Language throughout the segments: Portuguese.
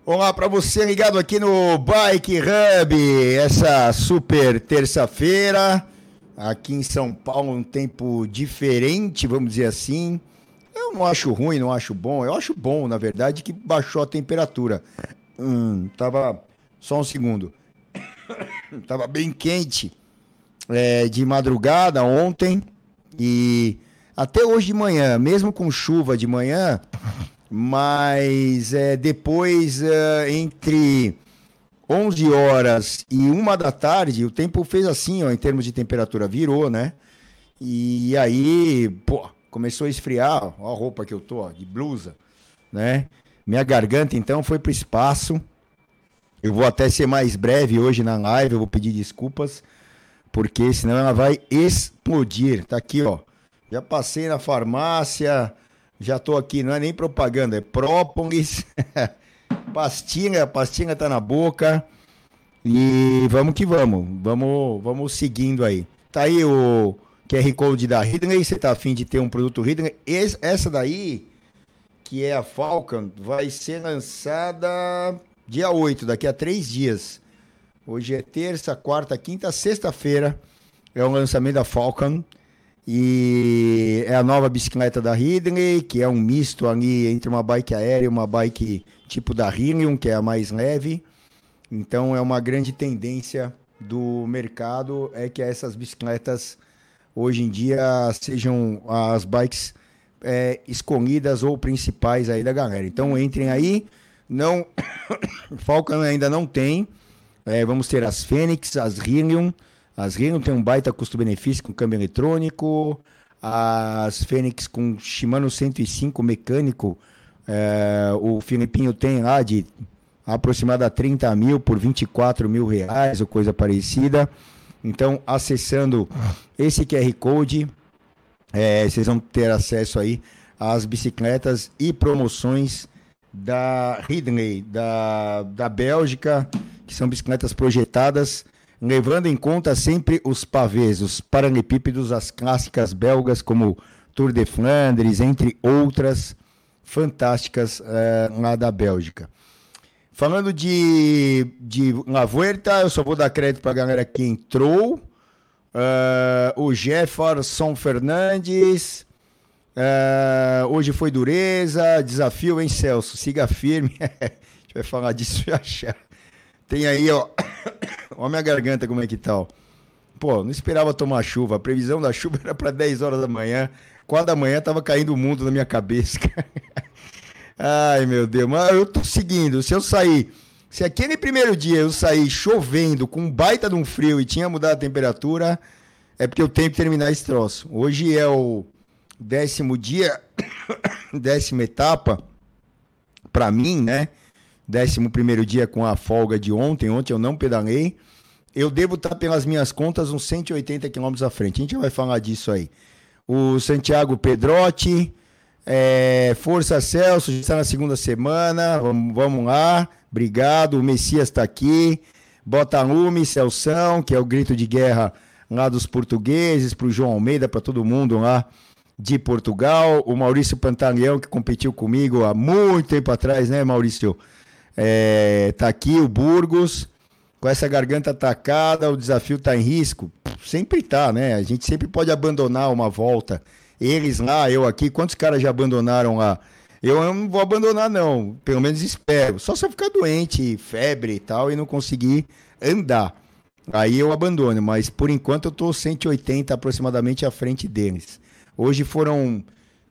Olá para você ligado aqui no Bike Hub, essa super terça-feira, aqui em São Paulo, um tempo diferente, vamos dizer assim. Eu não acho ruim, não acho bom, eu acho bom, na verdade, que baixou a temperatura. Tava, só um segundo, tava bem quente de madrugada ontem e até hoje de manhã, mesmo com chuva de manhã. Mas depois, entre 11 horas e 1 da tarde, o tempo fez assim, ó, em termos de temperatura, virou, né? E aí, pô, começou a esfriar, ó a roupa que eu tô, ó, de blusa, né? Minha garganta, então, foi pro espaço. Eu vou até ser mais breve hoje na live, eu vou pedir desculpas, porque senão ela vai explodir. Tá aqui, ó. Já passei na farmácia... Já tô aqui, não é nem propaganda, é própolis, pastinha tá na boca e vamos que vamos seguindo aí. Tá aí o QR Code da Ridley, você tá afim de ter um produto Ridley? Essa daí, que é a Falcon, vai ser lançada dia 8, daqui a 3 dias. Hoje é terça, quarta, quinta, sexta-feira é o lançamento da Falcon. E é a nova bicicleta da Ridley, que é um misto ali entre uma bike aérea e uma bike tipo da Helium, que é a mais leve. Então é uma grande tendência do mercado, é que essas bicicletas hoje em dia sejam as bikes escolhidas ou principais aí da galera. Então entrem aí, não Falcon ainda não tem, vamos ter as Fênix, as Helium. As Helium tem um baita custo-benefício com câmbio eletrônico, as Fênix com Shimano 105 mecânico, o Filipinho tem lá de aproximadamente 30 mil por 24 mil reais ou coisa parecida. Então, acessando esse QR Code, vocês vão ter acesso aí às bicicletas e promoções da Ridley, da Bélgica, que são bicicletas projetadas levando em conta sempre os pavês, os paralelepípedos, as clássicas belgas como Tour de Flandres, entre outras fantásticas lá da Bélgica. Falando de La Vuelta, eu só vou dar crédito para a galera que entrou. O Jefferson Fernandes, hoje foi dureza, desafio, hein, Celso? Siga firme. A gente vai falar disso já já. Tem aí, ó, olha minha garganta como é que tá, ó. Pô, não esperava tomar chuva, a previsão da chuva era para 10 horas da manhã, 4 da manhã tava caindo o mundo na minha cabeça. Ai, meu Deus, mas eu tô seguindo, se aquele primeiro dia eu sair chovendo, com um baita de um frio e tinha mudado a temperatura, é porque eu tenho que terminar esse troço. Hoje é o 10º dia, 10ª etapa, pra mim, né? 11º dia com a folga de ontem eu não pedalei, eu devo estar pelas minhas contas uns 180 quilômetros à frente, a gente vai falar disso aí. O Santiago Pedrotti, Força Celso, já está na segunda semana, vamos lá, obrigado, o Messias está aqui, Bota Lume, Celção, que é o grito de guerra lá dos portugueses, para o João Almeida, para todo mundo lá de Portugal, o Maurício Pantaleão, que competiu comigo há muito tempo atrás, né, Maurício? Tá aqui o Burgos, com essa garganta atacada, o desafio tá em risco? Sempre tá, né? A gente sempre pode abandonar uma volta. Eles lá, eu aqui, quantos caras já abandonaram lá? Eu não vou abandonar não, pelo menos espero. Só se eu ficar doente, febre e tal, e não conseguir andar. Aí eu abandono, mas por enquanto eu tô 180 aproximadamente à frente deles. Hoje foram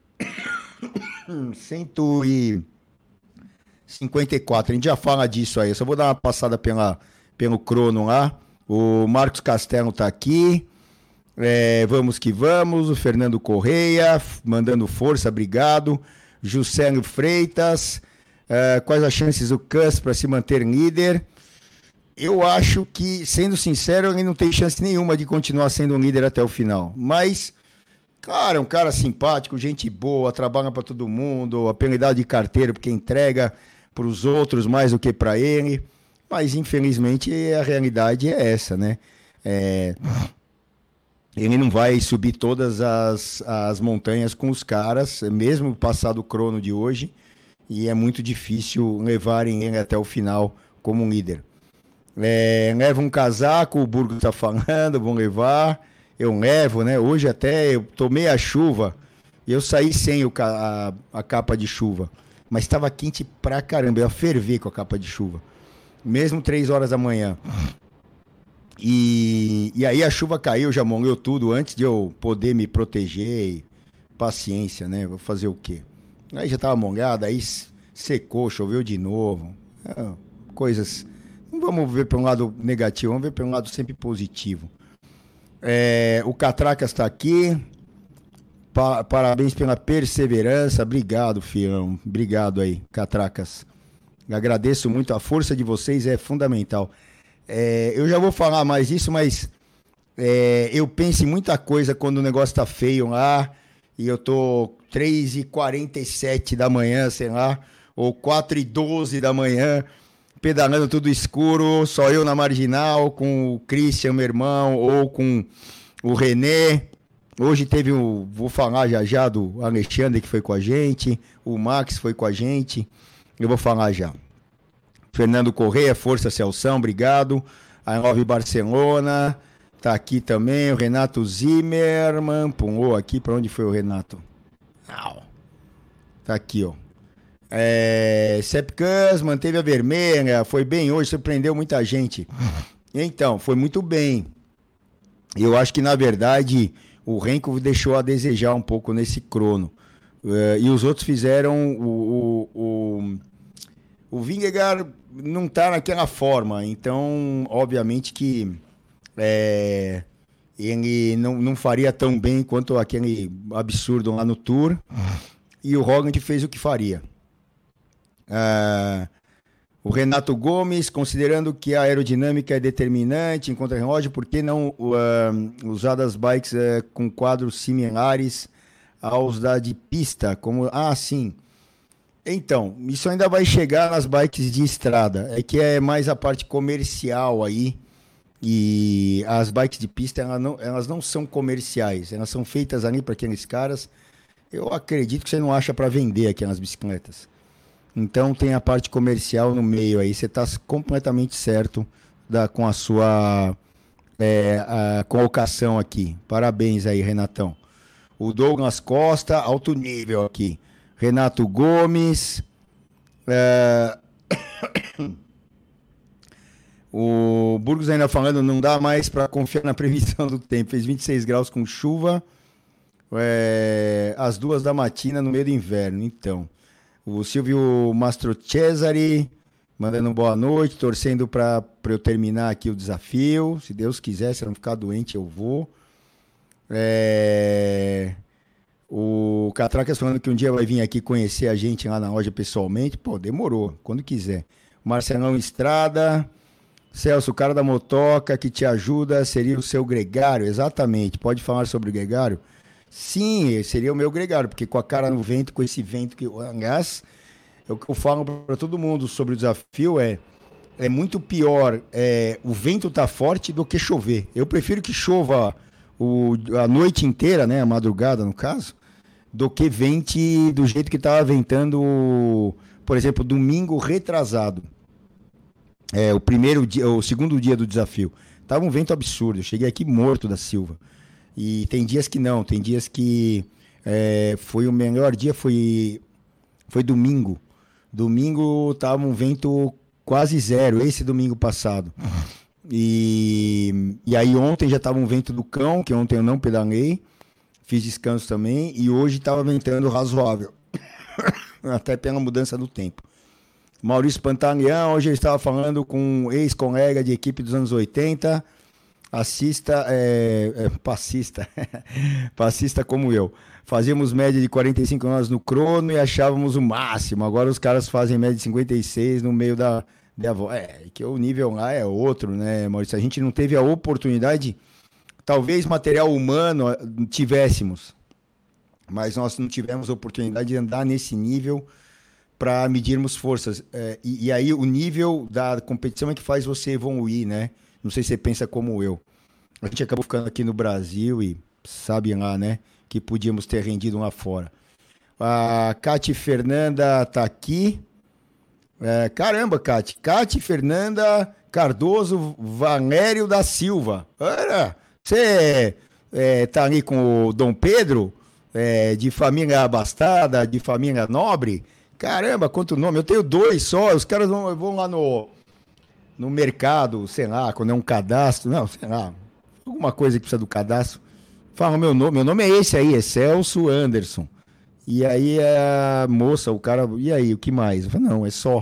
154, a gente já fala disso aí, eu só vou dar uma passada pelo crono lá. O Marcos Castelo tá aqui, vamos que vamos. O Fernando Correia mandando força, obrigado. Juscelio Freitas, quais as chances do Cus para se manter líder? Eu acho que, sendo sincero, ele não tem chance nenhuma de continuar sendo um líder até o final, mas cara, é um cara simpático, gente boa, trabalha para todo mundo, apelidado de carteiro porque entrega para os outros mais do que para ele, mas infelizmente a realidade é essa, né? Ele não vai subir todas as montanhas com os caras, mesmo passado o crono de hoje, e é muito difícil levarem ele até o final como um líder. Leva um casaco, o Burgos está falando, vão levar, eu levo, né? Hoje até eu tomei a chuva e eu saí sem a capa de chuva, mas estava quente pra caramba, eu ia ferver com a capa de chuva, mesmo 3 horas da manhã. E aí a chuva caiu, já molhou tudo antes de eu poder me proteger. Paciência, né? Vou fazer o quê? Aí já tava molhado, aí secou, choveu de novo. Coisas. Não vamos ver para um lado negativo, vamos ver para um lado sempre positivo. O Catracas está aqui. Parabéns pela perseverança. Obrigado, filhão. Obrigado aí, Catracas. Agradeço muito. A força de vocês é fundamental. Eu já vou falar mais disso, mas eu penso em muita coisa quando o negócio tá feio lá e eu tô 3h47 da manhã, sei lá, ou 4h12 da manhã, pedalando tudo escuro, só eu na marginal, com o Christian, meu irmão, ou com o René. Hoje teve vou falar já do Alexandre que foi com a gente, o Max foi com a gente, eu vou falar já. Fernando Correia, Força Celção, obrigado. A Nove Barcelona, tá aqui também. O Renato Zimmermann, pulou aqui. Para onde foi o Renato? Tá aqui, ó. Sepcans, manteve a vermelha, foi bem hoje, surpreendeu muita gente. Então, foi muito bem. Eu acho que, na verdade, o Renko deixou a desejar um pouco nesse crono. E os outros fizeram o Vingegaard não está naquela forma, então, obviamente que ele não faria tão bem quanto aquele absurdo lá no Tour, e o Roglic fez o que faria. O Renato Gomes, considerando que a aerodinâmica é determinante em contra-relógio, por que não usar das bikes com quadros similares aos da de pista? Sim. Então, isso ainda vai chegar nas bikes de estrada. É que é mais a parte comercial aí. E as bikes de pista, elas não são comerciais. Elas são feitas ali para aqueles caras. Eu acredito que você não acha para vender aquelas bicicletas. Então tem a parte comercial no meio aí. Você está completamente certo com a sua a colocação aqui. Parabéns aí, Renatão. O Douglas Costa, alto nível aqui. Renato Gomes. O Burgos ainda falando, não dá mais para confiar na previsão do tempo. Fez 26 graus com chuva. Às 2 da matina no meio do inverno. Então, o Silvio Mastro Cesari mandando boa noite, torcendo para eu terminar aqui o desafio. Se Deus quiser, se eu não ficar doente, eu vou. O Catracas falando que um dia vai vir aqui conhecer a gente lá na loja pessoalmente. Pô, demorou, quando quiser. Marcelão Estrada. Celso, o cara da motoca que te ajuda seria o seu gregário? Exatamente. Pode falar sobre o gregário? Sim, seria o meu gregário, porque com a cara no vento, com esse vento que... Aliás, o que eu falo para todo mundo sobre o desafio é muito pior o vento tá forte do que chover. Eu prefiro que chova a noite inteira, né, a madrugada no caso, do que vente do jeito que estava ventando, por exemplo, domingo retrasado. O segundo dia do desafio. Tava um vento absurdo. Eu cheguei aqui morto da Silva. E tem dias que não, tem dias que foi o melhor dia, foi domingo. Domingo tava um vento quase zero, esse domingo passado. E aí ontem já tava um vento do cão, que ontem eu não pedalei. Fiz descanso também e hoje estava ventando razoável, até pela mudança do tempo. Maurício Pantaleão, hoje eu estava falando com um ex-colega de equipe dos anos 80, passista como eu. Fazíamos média de 45 horas no crono e achávamos o máximo. Agora os caras fazem média de 56 no meio da volta. Que o nível lá é outro, né, Maurício? A gente não teve a oportunidade... Talvez material humano tivéssemos, mas nós não tivemos a oportunidade de andar nesse nível para medirmos forças. E aí o nível da competição é que faz você evoluir, né? Não sei se você pensa como eu. A gente acabou ficando aqui no Brasil e sabe lá, né? Que podíamos ter rendido lá fora. A Cati Fernanda tá aqui. Caramba, Cati. Cati Fernanda Cardoso Valério da Silva. Olha, você tá ali com o Dom Pedro, de família abastada, de família nobre. Caramba, quanto nome. Eu tenho 2 só. Os caras vão lá no mercado, sei lá, quando é um cadastro. Não, sei lá. Alguma coisa que precisa do cadastro. Fala meu nome. Meu nome é esse aí, é Celso Anderson. E aí a moça, o cara, e aí, o que mais? Eu falei, não, é só.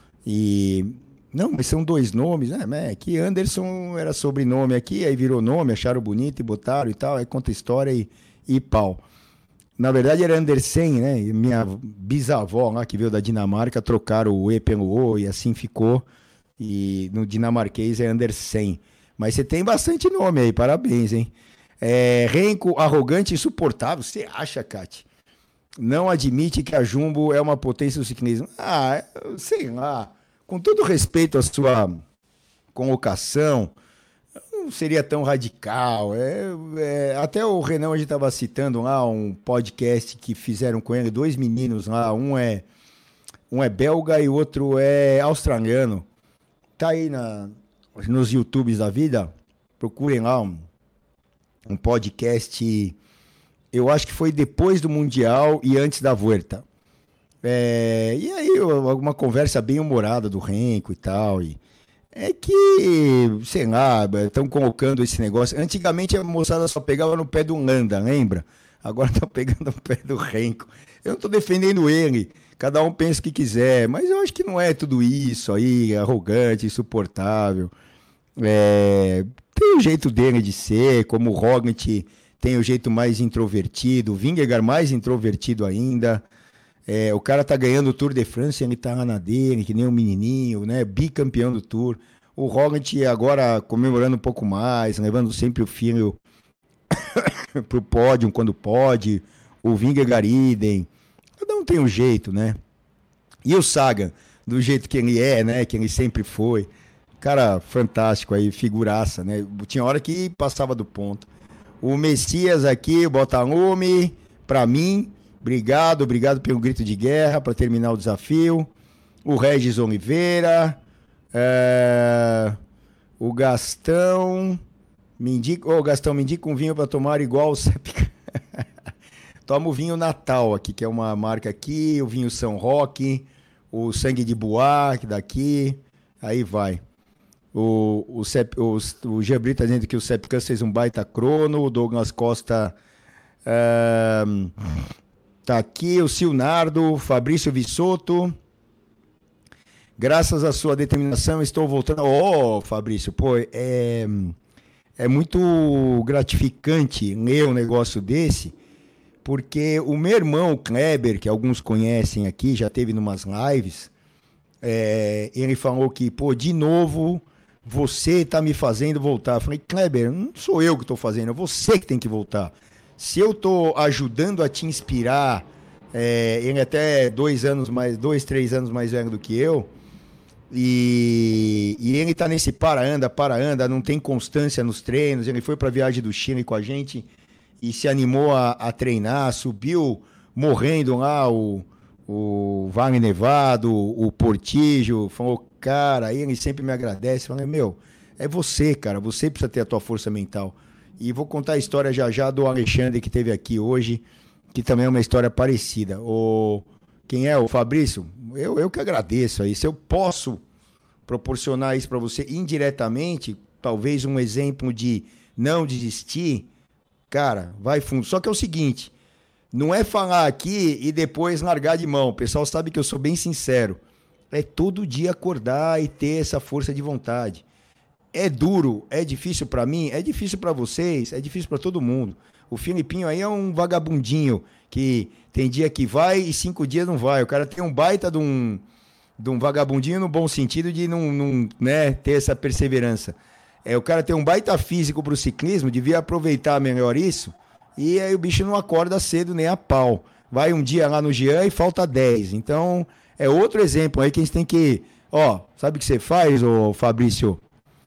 Não, mas são 2 nomes, né? Que Anderson era sobrenome aqui, aí virou nome, acharam bonito e botaram e tal, aí conta história e pau. Na verdade era Andersen, né? E minha bisavó lá, que veio da Dinamarca, trocaram o E pelo O e assim ficou. E no dinamarquês é Andersen. Mas você tem bastante nome aí, parabéns, hein? Renko, arrogante e insuportável, você acha, Cati? Não admite que a Jumbo é uma potência do ciclismo. Sei lá. Com todo respeito à sua colocação, não seria tão radical. Até o Renan, a gente estava citando lá um podcast que fizeram com ele, 2 meninos lá. Um é belga e o outro é australiano. Tá aí nos YouTubes da vida. Procurem lá um podcast. Eu acho que foi depois do Mundial e antes da Vuelta. E aí, alguma conversa bem humorada do Renko e tal. É que, sei lá, estão colocando esse negócio. Antigamente a moçada só pegava no pé do Landa, lembra? Agora estão pegando no pé do Renko. Eu não estou defendendo ele. Cada um pensa o que quiser. Mas eu acho que não é tudo isso aí, arrogante, insuportável. Tem o jeito dele de ser, como o Roglic tem o jeito mais introvertido, o Vingegaard mais introvertido ainda. O cara tá ganhando o Tour de France, ele tá lá na dele, que nem um menininho, né? Bicampeão do Tour. O Roglic agora comemorando um pouco mais, levando sempre o filho pro pódio quando pode. O Vingegaard idem. Cada um tem um jeito, né? E o Sagan, do jeito que ele é, né? Que ele sempre foi. Cara fantástico aí, figuraça, né? Tinha hora que passava do ponto. O Messias aqui, Botalume, pra mim, obrigado pelo grito de guerra, para terminar o desafio. O Regis Oliveira, o Gastão, me indica um vinho para tomar igual o Sepica. Toma o vinho Natal aqui, que é uma marca aqui, o vinho São Roque, o Sangue de Bois, daqui, aí vai. O Gebrito tá dizendo que o Sepkan fez um baita crono. O Douglas Costa tá aqui. O Silnardo, Fabrício Vissotto. Graças à sua determinação, estou voltando. Fabrício, pô, é muito gratificante ler um negócio desse, porque o meu irmão Kleber, que alguns conhecem aqui, já teve numas lives, ele falou que, pô, de novo, você tá me fazendo voltar. Eu falei, Kleber, não sou eu que estou fazendo, é você que tem que voltar. Se eu tô ajudando a te inspirar, ele até 2, 3 anos mais velho do que eu, e ele tá nesse para-anda, não tem constância nos treinos. Ele foi pra viagem do Chile com a gente e se animou a treinar, subiu morrendo lá o Vale Nevado, o Portijo, falou, cara, aí ele sempre me agradece, falei, é você, cara, você precisa ter a tua força mental. E vou contar a história já do Alexandre, que esteve aqui hoje, que também é uma história parecida. Quem é? O Fabrício? Eu que agradeço aí. Se eu posso proporcionar isso para você indiretamente, talvez um exemplo de não desistir, cara, vai fundo. Só que é o seguinte, não é falar aqui e depois largar de mão. O pessoal sabe que eu sou bem sincero. É todo dia acordar e ter essa força de vontade. É duro, é difícil para mim, é difícil para vocês, é difícil para todo mundo. O Filipinho aí é um vagabundinho que tem dia que vai e 5 dias não vai. O cara tem um baita de um vagabundinho no bom sentido de não né, ter essa perseverança. O cara tem um baita físico pro ciclismo, devia aproveitar melhor isso, e aí o bicho não acorda cedo nem a pau. Vai um dia lá no Jean e falta 10. Então, é outro exemplo aí que a gente tem que... sabe o que você faz, Fabrício?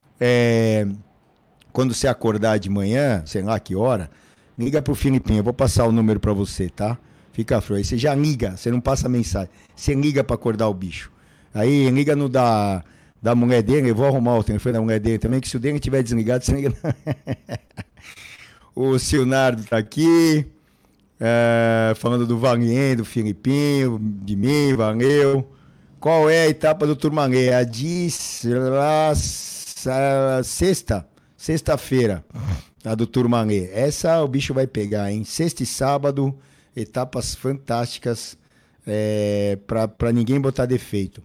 Quando você acordar de manhã, sei lá que hora, liga pro Filipinho, eu vou passar o número para você, tá? Fica frouxo. Aí você já liga, você não passa mensagem. Você liga pra acordar o bicho. Aí liga no da mulher dele, eu vou arrumar o telefone da mulher dele também, que se o dele estiver desligado, você liga. O Silnardo tá aqui, falando do Valien, do Filipinho, de mim, valeu. Qual é a etapa do Tourmalet? A de sexta-feira, a do Tourmalet. Essa o bicho vai pegar, hein? Sexta e sábado, etapas fantásticas, para ninguém botar defeito.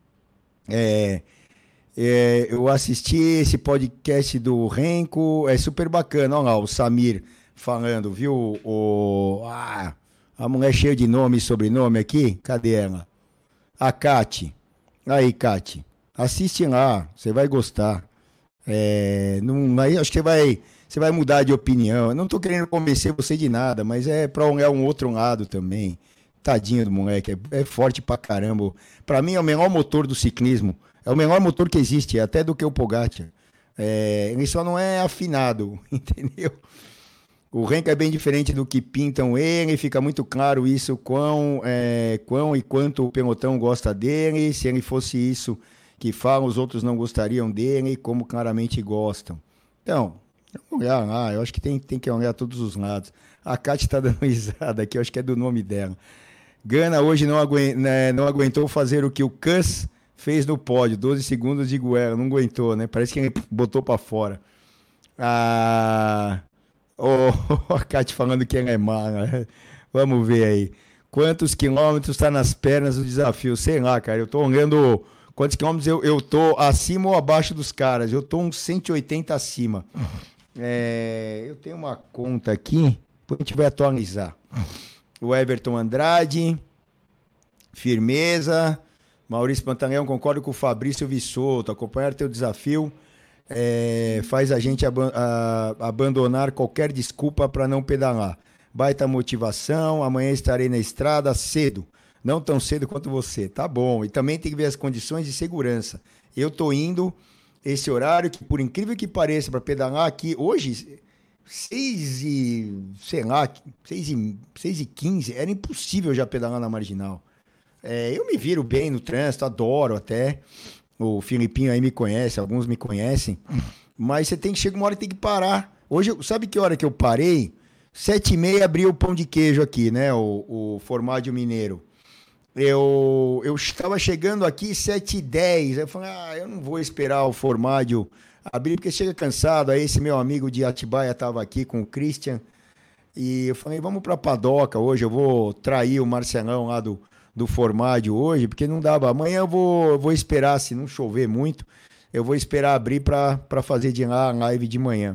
Eu assisti esse podcast do Renko, é super bacana. Olha lá, o Samir falando, viu? A mulher cheia de nome e sobrenome aqui, cadê ela? A Kati. Aí, Kati, assiste lá, você vai gostar. Aí acho que você vai mudar de opinião. Eu não tô querendo convencer você de nada, mas é pra olhar um outro lado também. Tadinho do moleque, é forte pra caramba. Pra mim é o melhor motor do ciclismo. É o melhor motor que existe, até do que o Pogacar. Ele só não é afinado, entendeu? O Renko é bem diferente do que pintam ele, fica muito claro isso, quão e quanto o pelotão gosta dele. Se ele fosse isso que falam, os outros não gostariam dele, como claramente gostam. Então, vamos olhar lá, eu acho que tem que olhar todos os lados. A Kate tá dando risada aqui, eu acho que é do nome dela. Gana hoje não aguentou fazer o que o Kuss fez no pódio, 12 segundos de goela, não aguentou, né? Parece que ele botou pra fora. A Kate falando que ela é má, né? Vamos ver aí. Quantos quilômetros tá nas pernas do desafio? Sei lá, cara, eu tô olhando quantos quilômetros eu tô acima ou abaixo dos caras. Eu tô uns 180 acima. Eu tenho uma conta aqui, depois a gente vai atualizar. O Everton Andrade, firmeza. Maurício Pantaleão, concordo com o Fabrício Vissoto. Acompanhar teu desafio faz a gente abandonar qualquer desculpa para não pedalar. Baita motivação. Amanhã estarei na estrada cedo. Não tão cedo quanto você. Tá bom. E também tem que ver as condições de segurança. Eu tô indo esse horário que, por incrível que pareça, para pedalar aqui hoje, 6h15, era impossível já pedalar na Marginal. Eu me viro bem no trânsito, adoro até. O Filipinho aí me conhece, alguns me conhecem. Mas você tem que chegar uma hora e tem que parar. Hoje, sabe que hora que eu parei? 7h30 abri o pão de queijo aqui, né? O Formaggio Mineiro. Eu estava chegando aqui 7h10. Eu falei, eu não vou esperar o Formaggio abrir, porque chega cansado. Aí esse meu amigo de Atibaia estava aqui com o Christian. E eu falei, vamos para Padoca hoje. Eu vou trair o Marcelão lá do Formaggio hoje, porque não dava. Amanhã eu vou esperar, se não chover muito, eu vou esperar abrir para fazer de lá a live de manhã.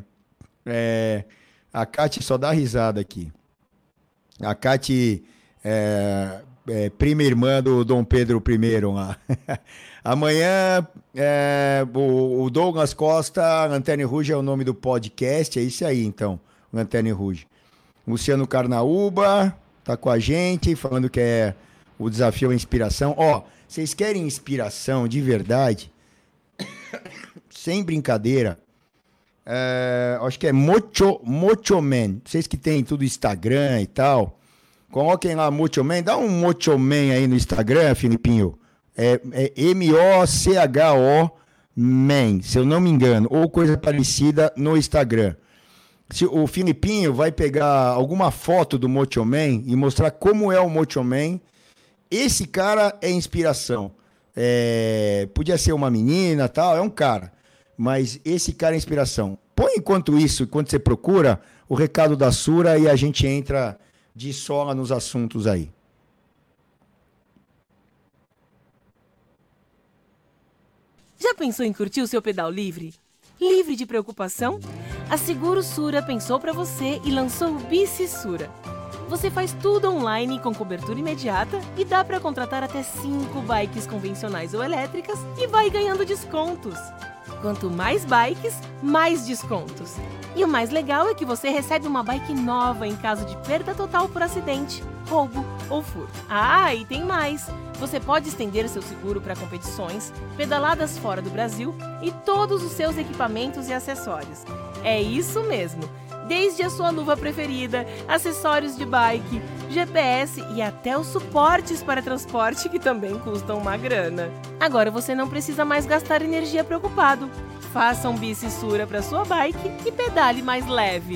A Kati só dá risada aqui. A Kati prima irmã do Dom Pedro I lá. Amanhã o Douglas Costa, Lanterne Rouge é o nome do podcast, é isso aí então, Lanterne Rouge. Luciano Carnaúba tá com a gente, falando que o desafio é inspiração. Vocês querem inspiração de verdade? Sem brincadeira. Acho que é Mocho Man. Vocês que tem tudo Instagram e tal. Coloquem lá Mocho Man. Dá um Mocho Man aí no Instagram, Filipinho. M-O-C-H-O Man, se eu não me engano. Ou coisa parecida no Instagram. O Filipinho vai pegar alguma foto do Mocho Man e mostrar como é o Mocho Man. Esse cara é inspiração. Podia ser uma menina, tal, é um cara. Mas esse cara é inspiração. Põe enquanto você procura, o recado da Sura e a gente entra de sola nos assuntos aí. Já pensou em curtir o seu pedal livre? Livre de preocupação? A Seguro Sura pensou para você e lançou o Bici Sura. Você faz tudo online com cobertura imediata e dá para contratar até 5 bikes convencionais ou elétricas e vai ganhando descontos. Quanto mais bikes, mais descontos. E o mais legal é que você recebe uma bike nova em caso de perda total por acidente, roubo ou furto. E tem mais! Você pode estender seu seguro para competições, pedaladas fora do Brasil e todos os seus equipamentos e acessórios. É isso mesmo! desde a sua luva preferida, acessórios de bike, GPS e até os suportes para transporte que também custam uma grana. Agora você não precisa mais gastar energia preocupado. Faça um Bicissura para sua bike e pedale mais leve.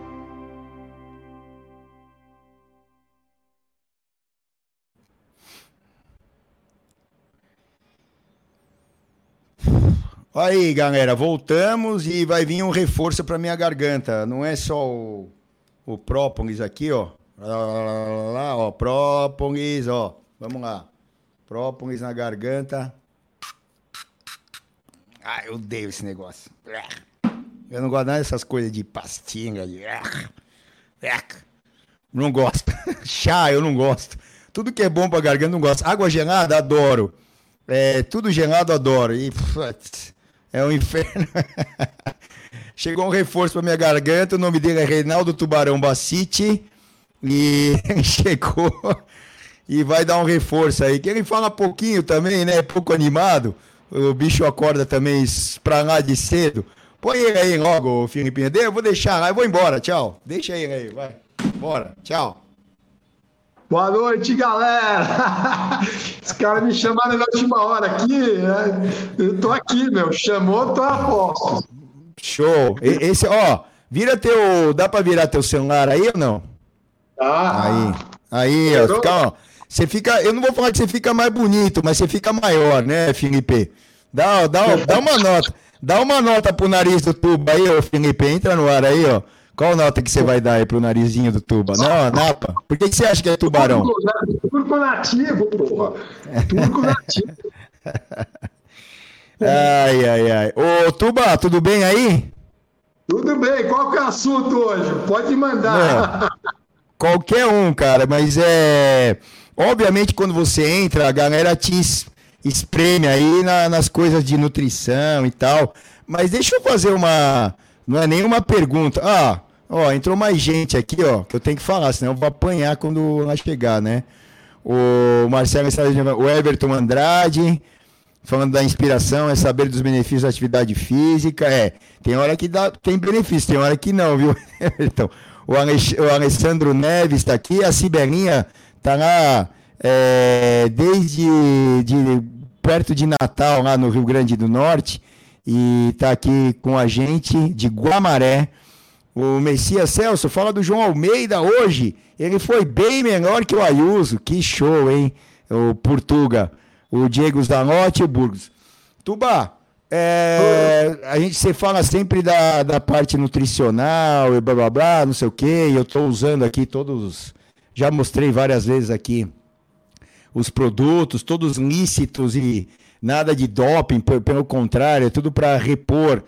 Aí, galera, voltamos e vai vir um reforço para minha garganta. Não é só o própolis aqui, ó. Lá, ó, própolis, ó. Vamos lá. Própolis na garganta. Ah, eu odeio esse negócio. Eu não gosto nada dessas coisas de pastinha. Não gosto. Chá, eu não gosto. Tudo que é bom pra garganta, eu não gosto. Água gelada, adoro. Tudo gelado, adoro. E... é um inferno. Chegou um reforço para minha garganta. O nome dele é Reinaldo Tubarão Bacite. E chegou e vai dar um reforço aí. Que ele fala pouquinho também, né? Pouco animado. O bicho acorda também pra lá de cedo. Põe ele aí logo, Filipinho. Eu vou deixar lá, eu vou embora. Tchau. Deixa ele aí, vai. Bora. Tchau. Boa noite, galera! Os caras me chamaram na última hora aqui, né? Eu tô aqui, meu. Chamou, tô a posto. Show! Esse, ó, dá pra virar teu celular aí ou não? Ah! Aí, ó, você fica, eu não vou falar que você fica mais bonito, mas você fica maior, né, Felipe? Dá uma nota. Dá uma nota pro nariz do Tuba aí, ô Felipe. Entra no ar aí, ó. Qual nota que você vai dar aí pro narizinho do Tuba? Não, Napa. Por que você acha que é tubarão? Turco nativo, porra. Turco nativo. Ai. Ô, Tuba, tudo bem aí? Tudo bem. Qual que é o assunto hoje? Pode mandar. Qualquer um, cara, mas obviamente, quando você entra, a galera te espreme aí nas coisas de nutrição e tal. Mas deixa eu fazer não é nenhuma pergunta. Entrou mais gente aqui, ó, que eu tenho que falar, senão eu vou apanhar quando ela chegar, né? O Marcelo, o Everton Andrade, falando da inspiração, é saber dos benefícios da atividade física. Tem hora que tem benefício, tem hora que não, viu, Everton? O Alessandro Neves está aqui, a Cibelinha está lá desde perto de Natal, lá no Rio Grande do Norte, e está aqui com a gente de Guamaré. O Messias Celso fala do João Almeida hoje. Ele foi bem melhor que o Ayuso. Que show, hein? O Portuga, o Diego Zanotti e o Burgos. Tuba, você fala sempre da parte nutricional e blá blá blá, não sei o quê. E eu estou usando aqui já mostrei várias vezes aqui os produtos, todos lícitos e nada de doping, pelo contrário, é tudo para repor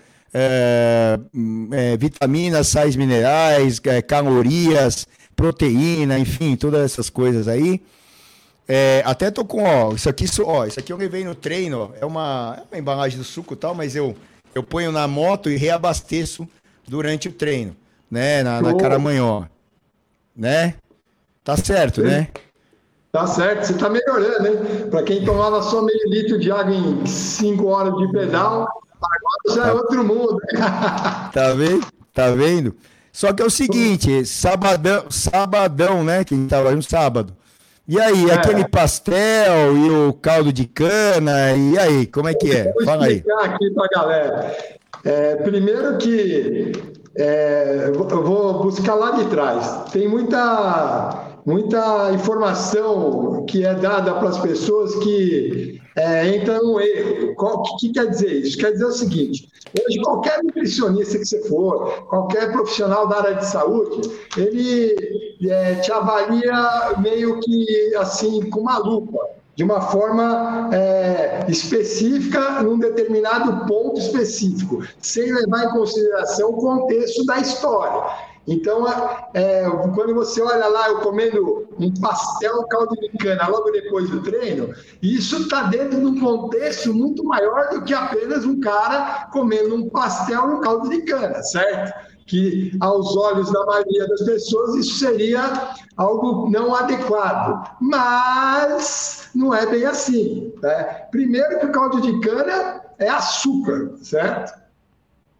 vitaminas, sais minerais, calorias, proteína, enfim, todas essas coisas aí. Até tô com, isso aqui eu levei no treino, é uma embalagem do suco e tal, mas eu ponho na moto e reabasteço durante o treino, né, na Caramanhó, né? Tá certo, né? Tá certo, você tá melhorando, hein? Para quem tomava só meio litro de água em 5 horas de pedal, agora já é outro mundo. Tá vendo? Só que é o seguinte, sabadão, né? Que a gente tava no sábado. E aí, aquele pastel e o caldo de cana, e aí, como é que é? Fala aí. Vou explicar aqui pra galera. Primeiro que eu vou buscar lá de trás. Tem muita informação que é dada para as pessoas que entram no erro. O que quer dizer isso? Quer dizer o seguinte: hoje, qualquer nutricionista que você for, qualquer profissional da área de saúde, ele te avalia meio que assim, com uma lupa, de uma forma específica, num determinado ponto específico, sem levar em consideração o contexto da história. Então, quando você olha lá, eu comendo um pastel caldo de cana logo depois do treino, isso está dentro de um contexto muito maior do que apenas um cara comendo um pastel e um caldo de cana, certo? Que, aos olhos da maioria das pessoas, isso seria algo não adequado. Mas não é bem assim, né? Primeiro que o caldo de cana é açúcar, certo?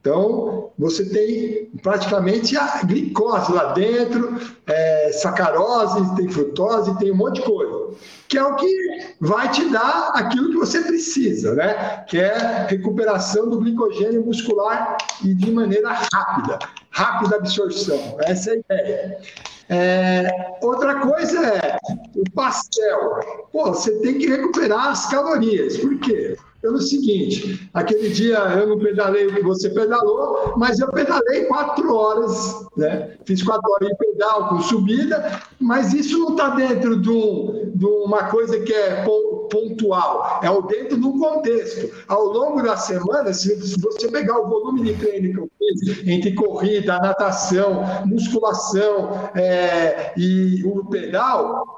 Então, você tem praticamente a glicose lá dentro, sacarose, tem frutose, tem um monte de coisa, que é o que vai te dar aquilo que você precisa, né? Que é recuperação do glicogênio muscular e de maneira rápida absorção. Essa é a ideia. Outra coisa é o pastel. Pô, você tem que recuperar as calorias. Por quê? Pelo seguinte, aquele dia eu não pedalei o que você pedalou, mas eu pedalei 4 horas, né? Fiz 4 horas de pedal com subida, mas isso não está dentro de uma coisa que é pontual, é dentro de um contexto. Ao longo da semana, se você pegar o volume de treino que eu fiz, entre corrida, natação, musculação e o pedal,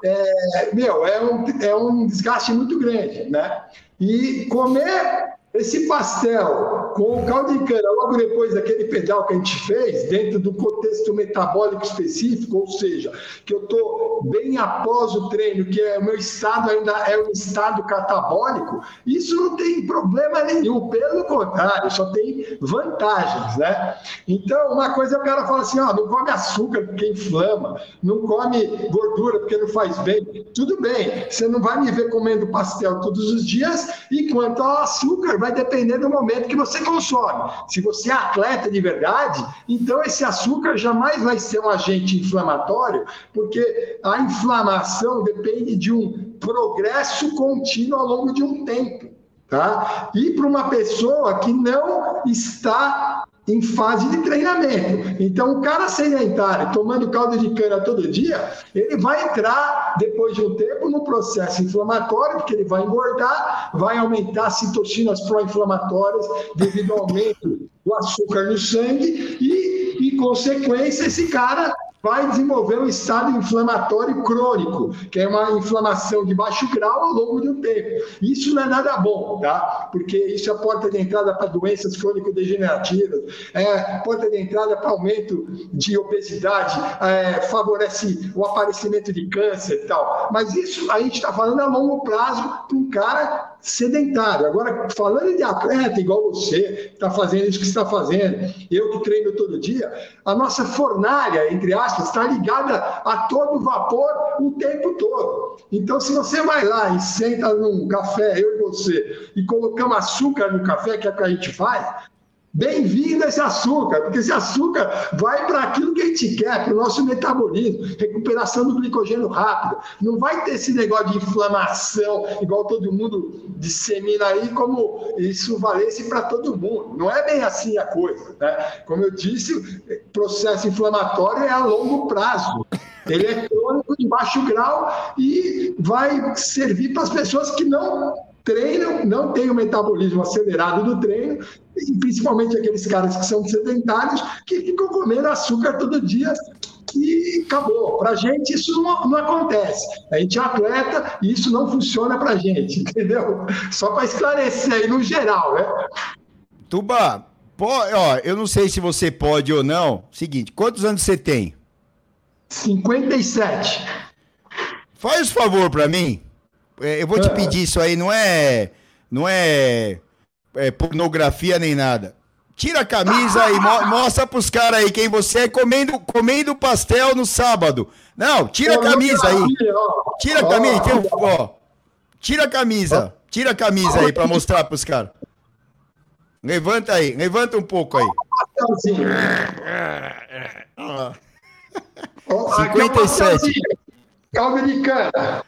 é um desgaste muito grande, né? E comer esse pastel com o caldo de cana logo depois daquele pedal que a gente fez, dentro do contexto metabólico específico, ou seja, que eu estou bem após o treino, que o meu estado ainda é um estado catabólico, isso não tem problema nenhum, pelo contrário, só tem vantagens, né? Então, uma coisa o cara fala assim, não come açúcar porque inflama, não come gordura porque não faz bem. Tudo bem, você não vai me ver comendo pastel todos os dias, e quanto ao açúcar, vai depender do momento que você consome. Se você é atleta de verdade, então esse açúcar jamais vai ser um agente inflamatório, porque a inflamação depende de um progresso contínuo ao longo de um tempo, tá? E para uma pessoa que não está em fase de treinamento. Então, o cara sedentário, tomando caldo de cana todo dia, ele vai entrar, depois de um tempo, no processo inflamatório, porque ele vai engordar, vai aumentar citocinas pró-inflamatórias devido ao aumento do açúcar no sangue e, em consequência, esse cara vai desenvolver um estado inflamatório crônico, que é uma inflamação de baixo grau ao longo do tempo. Isso não é nada bom, tá? Porque isso é a porta de entrada para doenças crônico-degenerativas, porta de entrada para aumento de obesidade, favorece o aparecimento de câncer e tal. Mas isso a gente está falando a longo prazo para um cara sedentário. Agora, falando de atleta igual você, que está fazendo isso que você está fazendo, eu que treino todo dia, a nossa fornalha, entre aspas, está ligada a todo vapor o tempo todo. Então, se você vai lá e senta num café, eu e você, e colocamos açúcar no café, que é o que a gente faz, bem-vindo a esse açúcar, porque esse açúcar vai para aquilo que a gente quer, para o nosso metabolismo, recuperação do glicogênio rápido. Não vai ter esse negócio de inflamação, igual todo mundo dissemina aí, como isso valesse para todo mundo. Não é bem assim a coisa, né? Como eu disse, o processo inflamatório é a longo prazo. Ele é crônico de baixo grau e vai servir para as pessoas que não treinam, não têm o metabolismo acelerado do treino, e principalmente aqueles caras que são sedentários, que ficam comendo açúcar todo dia e acabou. Para a gente isso não acontece. A gente é atleta e isso não funciona para a gente, entendeu? Só para esclarecer aí no geral, né? Tuba, eu não sei se você pode ou não. Seguinte, quantos anos você tem? 57. Faz favor para mim. Eu vou te pedir isso aí, não é pornografia nem nada. Tira a camisa e mostra pros caras aí quem você é comendo pastel no sábado. Não, tira a camisa aí. Tira a camisa, tira a camisa. Tira a camisa aí pra mostrar pros caras. Levanta aí, levanta um pouco aí. 57. Calma de cana.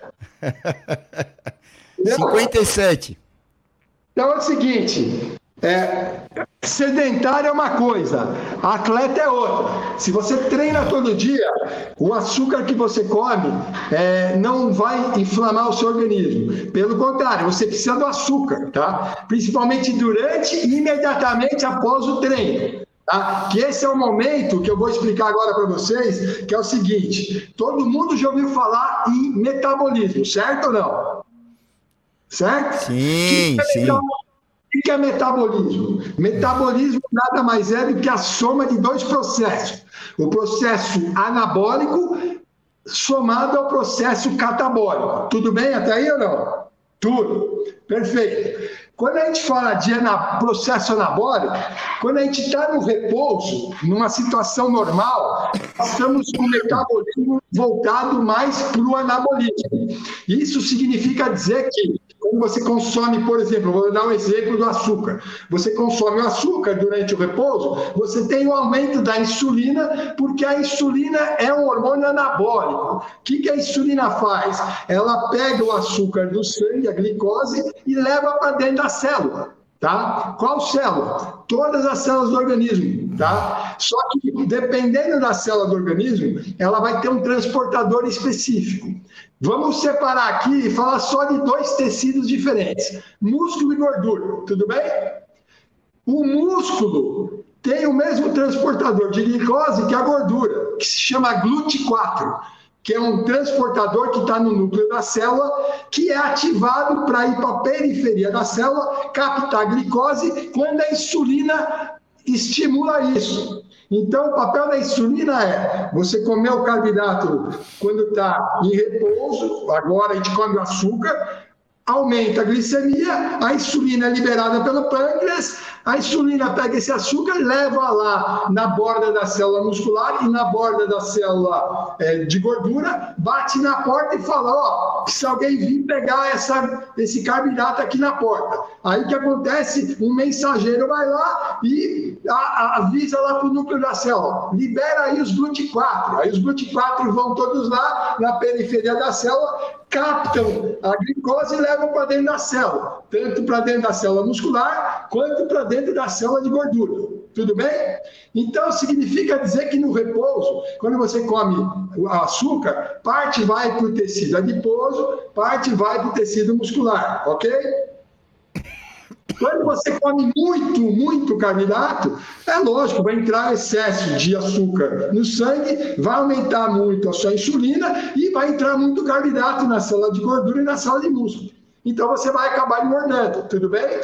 57. Então é o seguinte, sedentário é uma coisa, atleta é outra. Se você treina todo dia, o açúcar que você come não vai inflamar o seu organismo. Pelo contrário, você precisa do açúcar, tá? Principalmente durante e imediatamente após o treino. Tá? Que esse é o momento que eu vou explicar agora para vocês, que é o seguinte: todo mundo já ouviu falar em metabolismo, certo ou não? Certo? Sim, sim. O que é metabolismo? Metabolismo nada mais é do que a soma de dois processos. O processo anabólico somado ao processo catabólico. Tudo bem até aí ou não? Tudo. Perfeito. Quando a gente fala de processo anabólico, quando a gente está no repouso, numa situação normal, nós estamos com o metabolismo voltado mais para o anabolismo. Isso significa dizer que, quando você consome, por exemplo, vou dar um exemplo do açúcar. Você consome o açúcar durante o repouso, você tem um aumento da insulina, porque a insulina é um hormônio anabólico. O que a insulina faz? Ela pega o açúcar do sangue, a glicose, e leva para dentro da célula. Tá? Qual célula? Todas as células do organismo, tá? Só que, dependendo da célula do organismo, ela vai ter um transportador específico. Vamos separar aqui e falar só de 2 tecidos diferentes, músculo e gordura, tudo bem? O músculo tem o mesmo transportador de glicose que a gordura, que se chama GLUT4, que é um transportador que está no núcleo da célula, que é ativado para ir para a periferia da célula, captar glicose quando a insulina estimula isso. Então, o papel da insulina é você comer o carboidrato quando está em repouso, agora a gente come o açúcar, aumenta a glicemia, a insulina é liberada pelo pâncreas, a insulina pega esse açúcar, leva lá na borda da célula muscular e na borda da célula de gordura, bate na porta e fala, ó, se alguém vir pegar esse carboidrato aqui na porta. Aí o que acontece? Um mensageiro vai lá e avisa lá para o núcleo da célula, libera aí os GLUT4. Aí os GLUT4 vão todos lá na periferia da célula, captam a glicose e levam para dentro da célula, tanto para dentro da célula muscular, quanto para dentro da célula de gordura. Tudo bem? Então, significa dizer que no repouso, quando você come o açúcar, parte vai para o tecido adiposo, parte vai para o tecido muscular, ok? Quando você come muito carboidrato, é lógico, vai entrar excesso de açúcar no sangue, vai aumentar muito a sua insulina e vai entrar muito carboidrato na célula de gordura e na célula de músculo. Então você vai acabar engordando, tudo bem?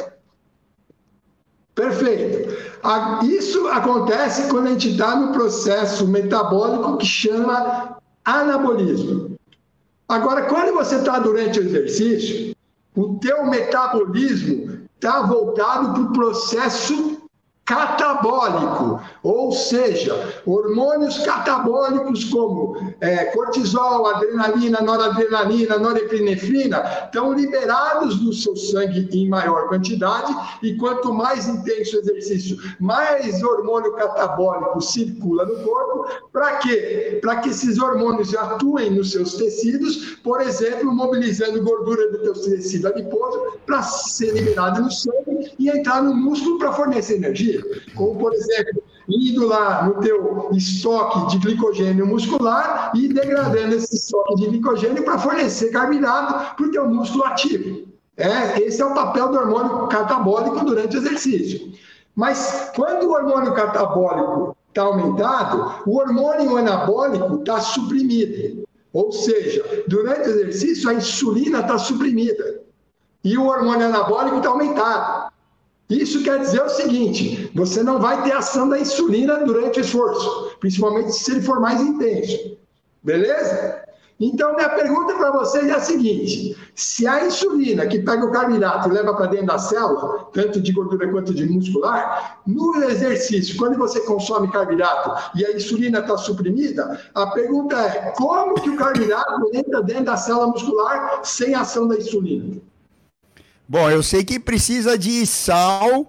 Perfeito. Isso acontece quando a gente está no processo metabólico que chama anabolismo. Agora, quando você está durante o exercício, o teu metabolismo está voltado para o processo catabólico, ou seja, hormônios catabólicos como cortisol, adrenalina, noradrenalina, norepinefrina estão liberados no seu sangue em maior quantidade e quanto mais intenso o exercício, mais hormônio catabólico circula no corpo. Para quê? Para que esses hormônios atuem nos seus tecidos, por exemplo, mobilizando gordura do teu tecido adiposo para ser liberado no sangue e entrar no músculo para fornecer energia. Como, por exemplo, indo lá no teu estoque de glicogênio muscular e degradando esse estoque de glicogênio para fornecer carboidrato para o teu músculo ativo. Esse é o papel do hormônio catabólico durante o exercício. Mas quando o hormônio catabólico está aumentado, o hormônio anabólico está suprimido. Ou seja, durante o exercício a insulina está suprimida e o hormônio anabólico está aumentado. Isso quer dizer o seguinte, você não vai ter ação da insulina durante o esforço, principalmente se ele for mais intenso. Beleza? Então, minha pergunta para vocês é a seguinte, se a insulina que pega o carboidrato e leva para dentro da célula, tanto de gordura quanto de muscular, no exercício, quando você consome carboidrato e a insulina está suprimida, a pergunta é, como que o carboidrato entra dentro da célula muscular sem ação da insulina? Bom, eu sei que precisa de sal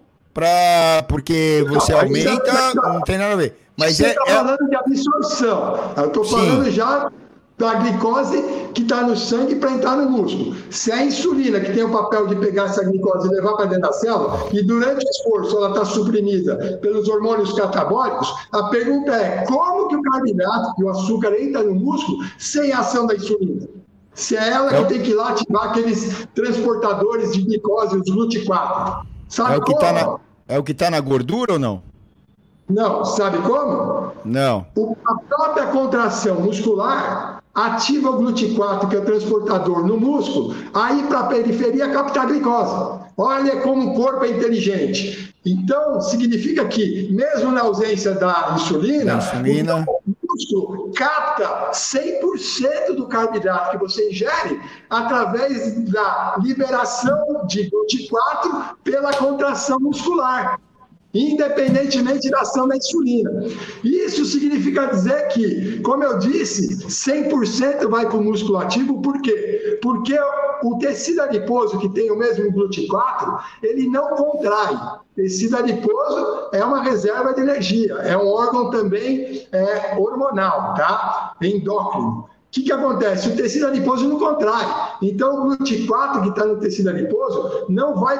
porque você aumenta, não tem nada a ver. Mas você está falando de absorção. Eu estou falando já da glicose que está no sangue para entrar no músculo. Se a insulina, que tem o papel de pegar essa glicose e levar para dentro da célula, e durante o esforço ela está suprimida pelos hormônios catabólicos, a pergunta é, como que o carboidrato, que o açúcar entra no músculo sem a ação da insulina? Se é ela que tem que ir lá ativar aqueles transportadores de glicose, os GLUT4. Sabe é o que está na gordura ou não? Não. Sabe como? Não. A própria contração muscular ativa o GLUT4, que é o transportador no músculo, aí para a periferia captar a glicose. Olha como o corpo é inteligente. Então, significa que, mesmo na ausência da insulina, o músculo capta 100% do carboidrato que você ingere através da liberação de GLUT4 pela contração muscular, independentemente da ação da insulina. Isso significa dizer que, como eu disse, 100% vai para o músculo ativo. Por quê? Porque o tecido adiposo, que tem o mesmo GLUT4, ele não contrai. Tecido adiposo é uma reserva de energia, é um órgão também hormonal, tá? Endócrino. O que acontece? O tecido adiposo não contrai. Então, o GLUT4 que está no tecido adiposo não vai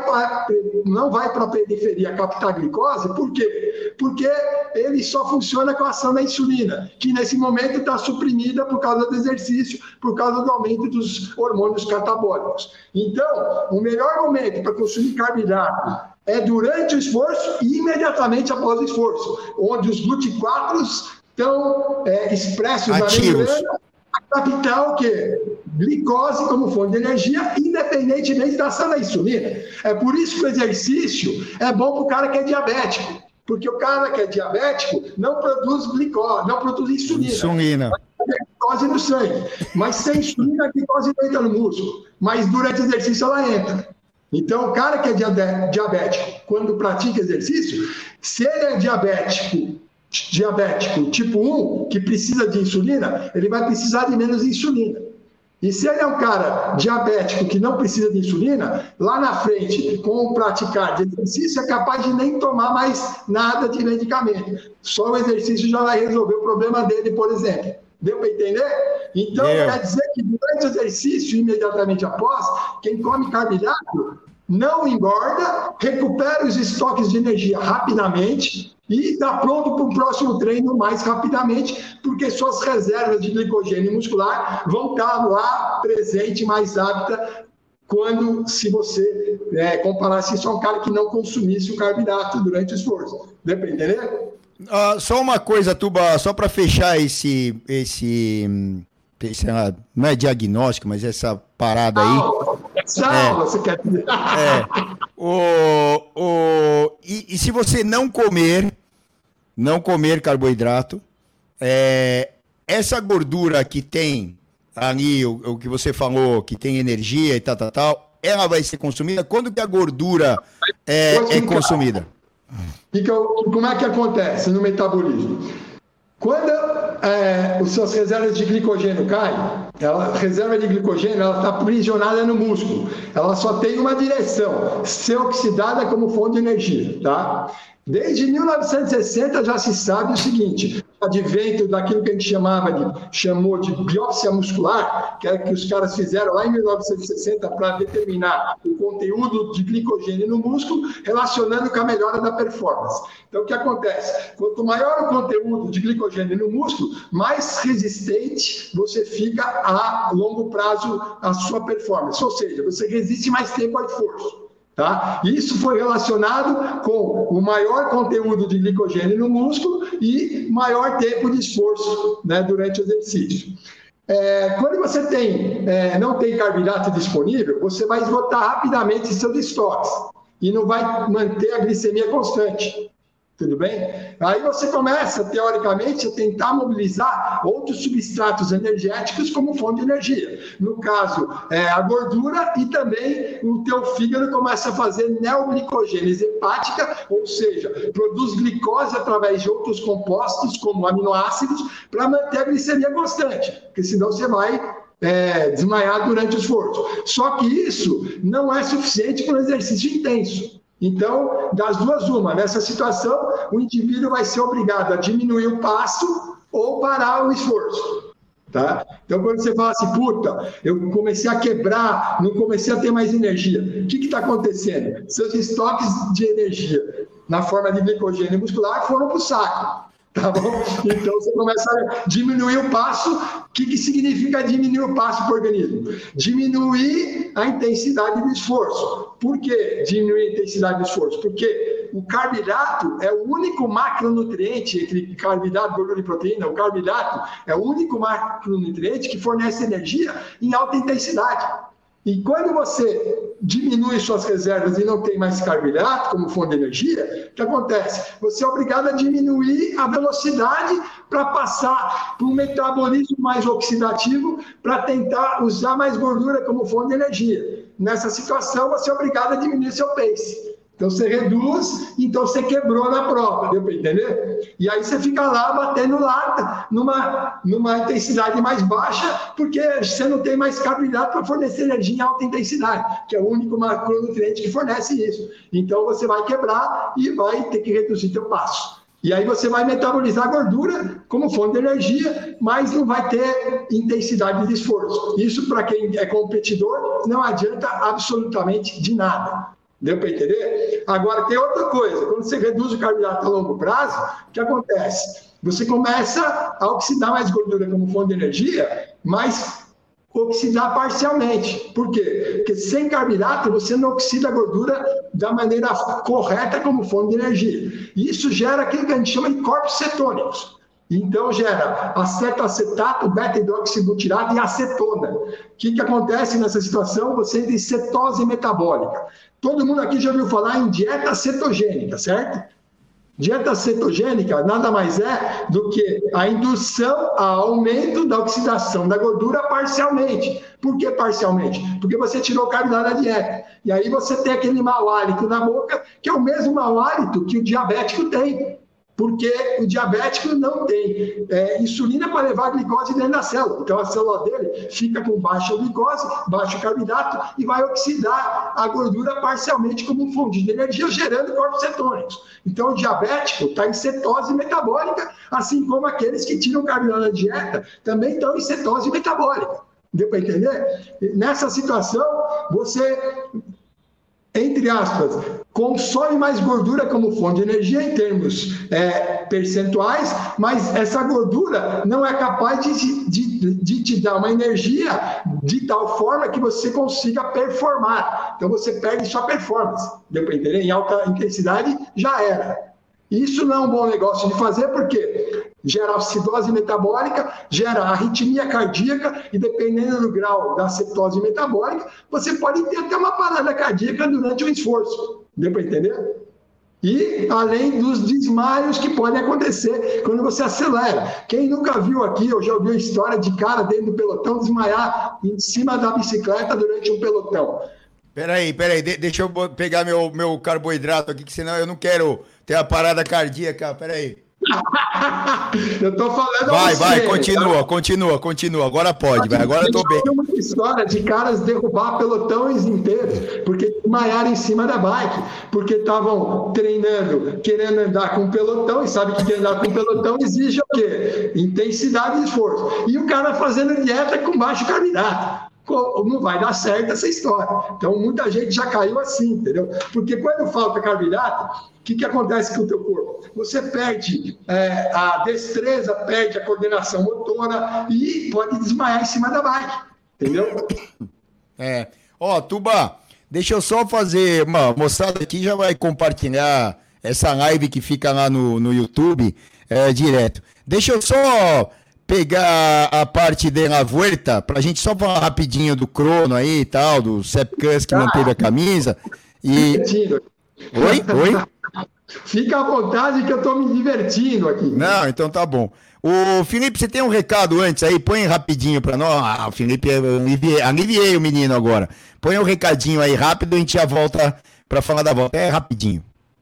para a periferia captar glicose. Por quê? Porque ele só funciona com a ação da insulina, que nesse momento está suprimida por causa do exercício, por causa do aumento dos hormônios catabólicos. Então, o melhor momento para consumir carboidrato é durante o esforço e imediatamente após o esforço, onde os GLUT4 estão expressos ativos na membrana, captar o quê? Glicose como fonte de energia, independentemente da ação da insulina. É por isso que o exercício é bom para o cara que é diabético, porque o cara que é diabético não produz glicose, não produz insulina. Glicose no sangue. Mas sem insulina, a glicose não entra no músculo. Mas durante o exercício ela entra. Então, o cara que é diabético, quando pratica exercício, se ele é diabético tipo 1, que precisa de insulina, ele vai precisar de menos insulina. E se ele é um cara diabético que não precisa de insulina, lá na frente, com o praticar de exercício, é capaz de nem tomar mais nada de medicamento. Só o exercício já vai resolver o problema dele, por exemplo. Deu para entender? Então, quer dizer que durante o exercício, imediatamente após, quem come carboidrato não engorda, recupera os estoques de energia rapidamente e está pronto para o próximo treino mais rapidamente, porque suas reservas de glicogênio muscular vão estar lá presente, mais apta, se você comparasse isso a um cara que não consumisse o carboidrato durante o esforço. Deu para entender? Só uma coisa, Tuba, só para fechar esse não é diagnóstico, mas essa parada aí. Você quer dizer? E se você não comer carboidrato, essa gordura que tem ali, o que você falou, que tem energia e tal, ela vai ser consumida? Quando que a gordura é consumida? Como é que acontece no metabolismo? Quando as suas reservas de glicogênio caem, a reserva de glicogênio está aprisionada no músculo. Ela só tem uma direção, ser oxidada como fonte de energia. Tá? Desde 1960 já se sabe o seguinte: advento daquilo que a gente chamou de biópsia muscular, que é que os caras fizeram lá em 1960 para determinar o conteúdo de glicogênio no músculo, relacionando com a melhora da performance. Então, o que acontece? Quanto maior o conteúdo de glicogênio no músculo, mais resistente você fica a longo prazo à sua performance. Ou seja, você resiste mais tempo ao esforço. Tá? Isso foi relacionado com o maior conteúdo de glicogênio no músculo e maior tempo de esforço, né, durante o exercício. Quando você não tem carboidrato disponível, você vai esgotar rapidamente seus estoques e não vai manter a glicemia constante. Tudo bem? Aí você começa, teoricamente, a tentar mobilizar outros substratos energéticos como fonte de energia. No caso, a gordura, e também o teu fígado começa a fazer neoglicogênese hepática, ou seja, produz glicose através de outros compostos, como aminoácidos, para manter a glicemia constante, porque senão você vai desmaiar durante o esforço. Só que isso não é suficiente para um exercício intenso. Então, das duas, uma. Nessa situação, o indivíduo vai ser obrigado a diminuir o passo ou parar o esforço. Tá? Então, quando você fala assim, puta, eu comecei a quebrar, não comecei a ter mais energia. O que está acontecendo? Seus estoques de energia na forma de glicogênio muscular foram para o saco. Tá bom? Então, você começa a diminuir o passo. O que significa diminuir o passo para o organismo? Diminuir a intensidade do esforço. Por que diminuir a intensidade do esforço? Porque o carboidrato é o único macronutriente, entre carboidrato, gordura e proteína, o carboidrato é o único macronutriente que fornece energia em alta intensidade. E quando você diminui suas reservas e não tem mais carboidrato como fonte de energia, o que acontece? Você é obrigado a diminuir a velocidade para passar para um metabolismo mais oxidativo para tentar usar mais gordura como fonte de energia. Nessa situação, você é obrigado a diminuir seu pace. Então, você reduz, então você quebrou na prova, deu para entender? E aí você fica lá batendo lata numa intensidade mais baixa, porque você não tem mais carboidrato para fornecer energia em alta intensidade, que é o único macronutriente que fornece isso. Então, você vai quebrar e vai ter que reduzir seu passo. E aí você vai metabolizar a gordura como fonte de energia, mas não vai ter intensidade de esforço. Isso, para quem é competidor, não adianta absolutamente de nada. Deu para entender? Agora, tem outra coisa. Quando você reduz o carboidrato a longo prazo, o que acontece? Você começa a oxidar mais gordura como fonte de energia, mas oxidar parcialmente. Por quê? Porque sem carboidrato, você não oxida a gordura da maneira correta como fonte de energia. Isso gera aquilo que a gente chama de corpos cetônicos. Então, gera acetoacetato, beta-hidroxibutirato e acetona. O que acontece nessa situação? Você entra em cetose metabólica. Todo mundo aqui já ouviu falar em dieta cetogênica, certo? Dieta cetogênica nada mais é do que a indução ao aumento da oxidação da gordura parcialmente. Por que parcialmente? Porque você tirou o carboidrato da dieta. E aí você tem aquele mau hálito na boca, que é o mesmo mau hálito que o diabético tem. Porque o diabético não tem insulina para levar a glicose dentro da célula. Então, a célula dele fica com baixa glicose, baixo carboidrato e vai oxidar a gordura parcialmente como fonte de energia, gerando corpos cetônicos. Então, o diabético está em cetose metabólica, assim como aqueles que tiram carboidrato da dieta também estão em cetose metabólica. Deu para entender? Nessa situação, você, entre aspas, consome mais gordura como fonte de energia em termos percentuais, mas essa gordura não é capaz de te dar uma energia de tal forma que você consiga performar. Então você perde sua performance. Deu para entender? Em alta intensidade já era. Isso não é um bom negócio de fazer, porque gera acidose metabólica, gera arritmia cardíaca, e dependendo do grau da cetose metabólica, você pode ter até uma parada cardíaca durante o esforço. Deu para entender? E além dos desmaios que podem acontecer quando você acelera. Quem nunca viu aqui, ou já ouviu a história de cara dentro do pelotão desmaiar em cima da bicicleta durante um pelotão? Peraí, deixa eu pegar meu carboidrato aqui, que senão eu não quero ter a parada cardíaca, peraí. Eu tô falando Vai, continua, agora pode, vai, agora eu tô bem. Tem uma história de caras derrubar pelotões inteiros, porque desmaiaram em cima da bike, porque estavam treinando, querendo andar com pelotão, e sabe que andar com pelotão exige o quê? Intensidade e esforço. E o cara fazendo dieta com baixo carboidrato. Não vai dar certo essa história. Então, muita gente já caiu assim, entendeu? Porque quando falta carboidrato, o que acontece com o teu corpo? Você perde a destreza, perde a coordenação motora e pode desmaiar em cima da bike, entendeu? Tuba, deixa eu só fazer uma mostrada aqui, já vai compartilhar essa live que fica lá no YouTube direto. Deixa eu só pegar a parte da Vuelta, pra gente só falar rapidinho do crono aí e tal, do Sepp Kuss que manteve a camisa. E... Oi? Fica à vontade que eu tô me divertindo aqui. Não, então tá bom. O Felipe, você tem um recado antes aí? Põe rapidinho pra nós. O Felipe, aliviei o menino agora. Põe um recadinho aí rápido e a gente já volta pra falar da volta. Rapidinho.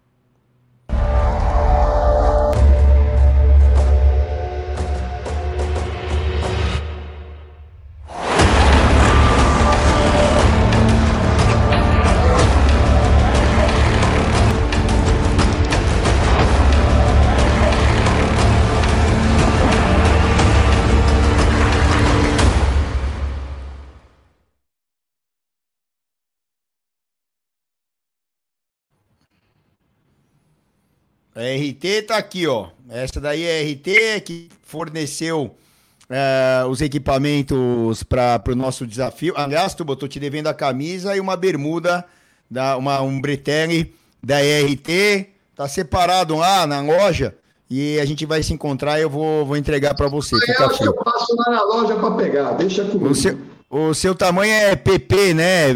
A RT tá aqui, ó. Essa daí é a RT que forneceu os equipamentos para o nosso desafio. Aliás, Tuba, eu tô te devendo a camisa e uma bermuda, um bretelle da RT. Tá separado lá na loja e a gente vai se encontrar e eu vou entregar para você. Fica frio. Eu passo lá na loja para pegar, deixa comigo. O seu tamanho é PP, né?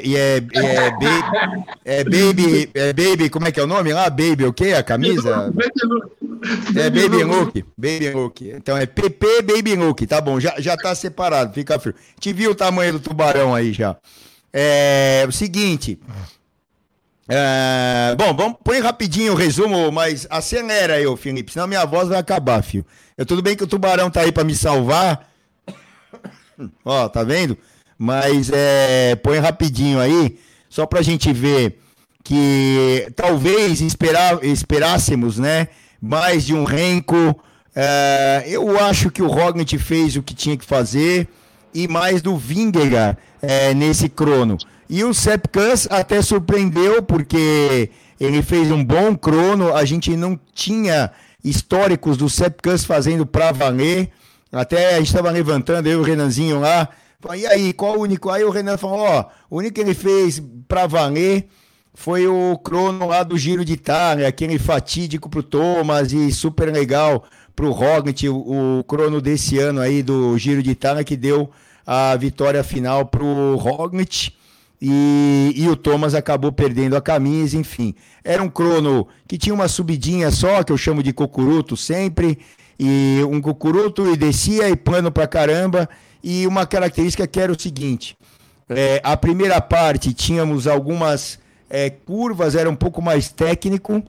Baby, como é que é o nome lá? Baby o quê? A camisa? Baby Look. Baby Look. Então é PP Baby Look. Tá bom, já tá separado, fica frio. Te vi o tamanho do tubarão aí já. O seguinte. Bom, põe rapidinho o resumo, mas acelera aí, ô Felipe, senão minha voz vai acabar, filho. Tudo bem que o tubarão tá aí pra me salvar. Ó, tá vendo? Mas põe rapidinho aí, só pra gente ver que talvez esperássemos, né, mais de um Renko. Eu acho que o Roglic fez o que tinha que fazer e mais do Vingegaard nesse crono. E o Sepp Kuss até surpreendeu porque ele fez um bom crono, a gente não tinha históricos do Sepp Kuss fazendo pra valer. Até a gente estava levantando, eu e o Renanzinho lá, falei, e aí, qual o único? Aí o Renan falou, o único que ele fez pra valer foi o crono lá do Giro de Itália, aquele fatídico pro Thomas e super legal pro Roglic, o crono desse ano aí do Giro de Itália que deu a vitória final pro Roglic e o Thomas acabou perdendo a camisa, enfim. Era um crono que tinha uma subidinha só, que eu chamo de cocuruto sempre, e um cucuruto e descia e plano pra caramba, e uma característica que era o seguinte, a primeira parte tínhamos algumas curvas, era um pouco mais técnico,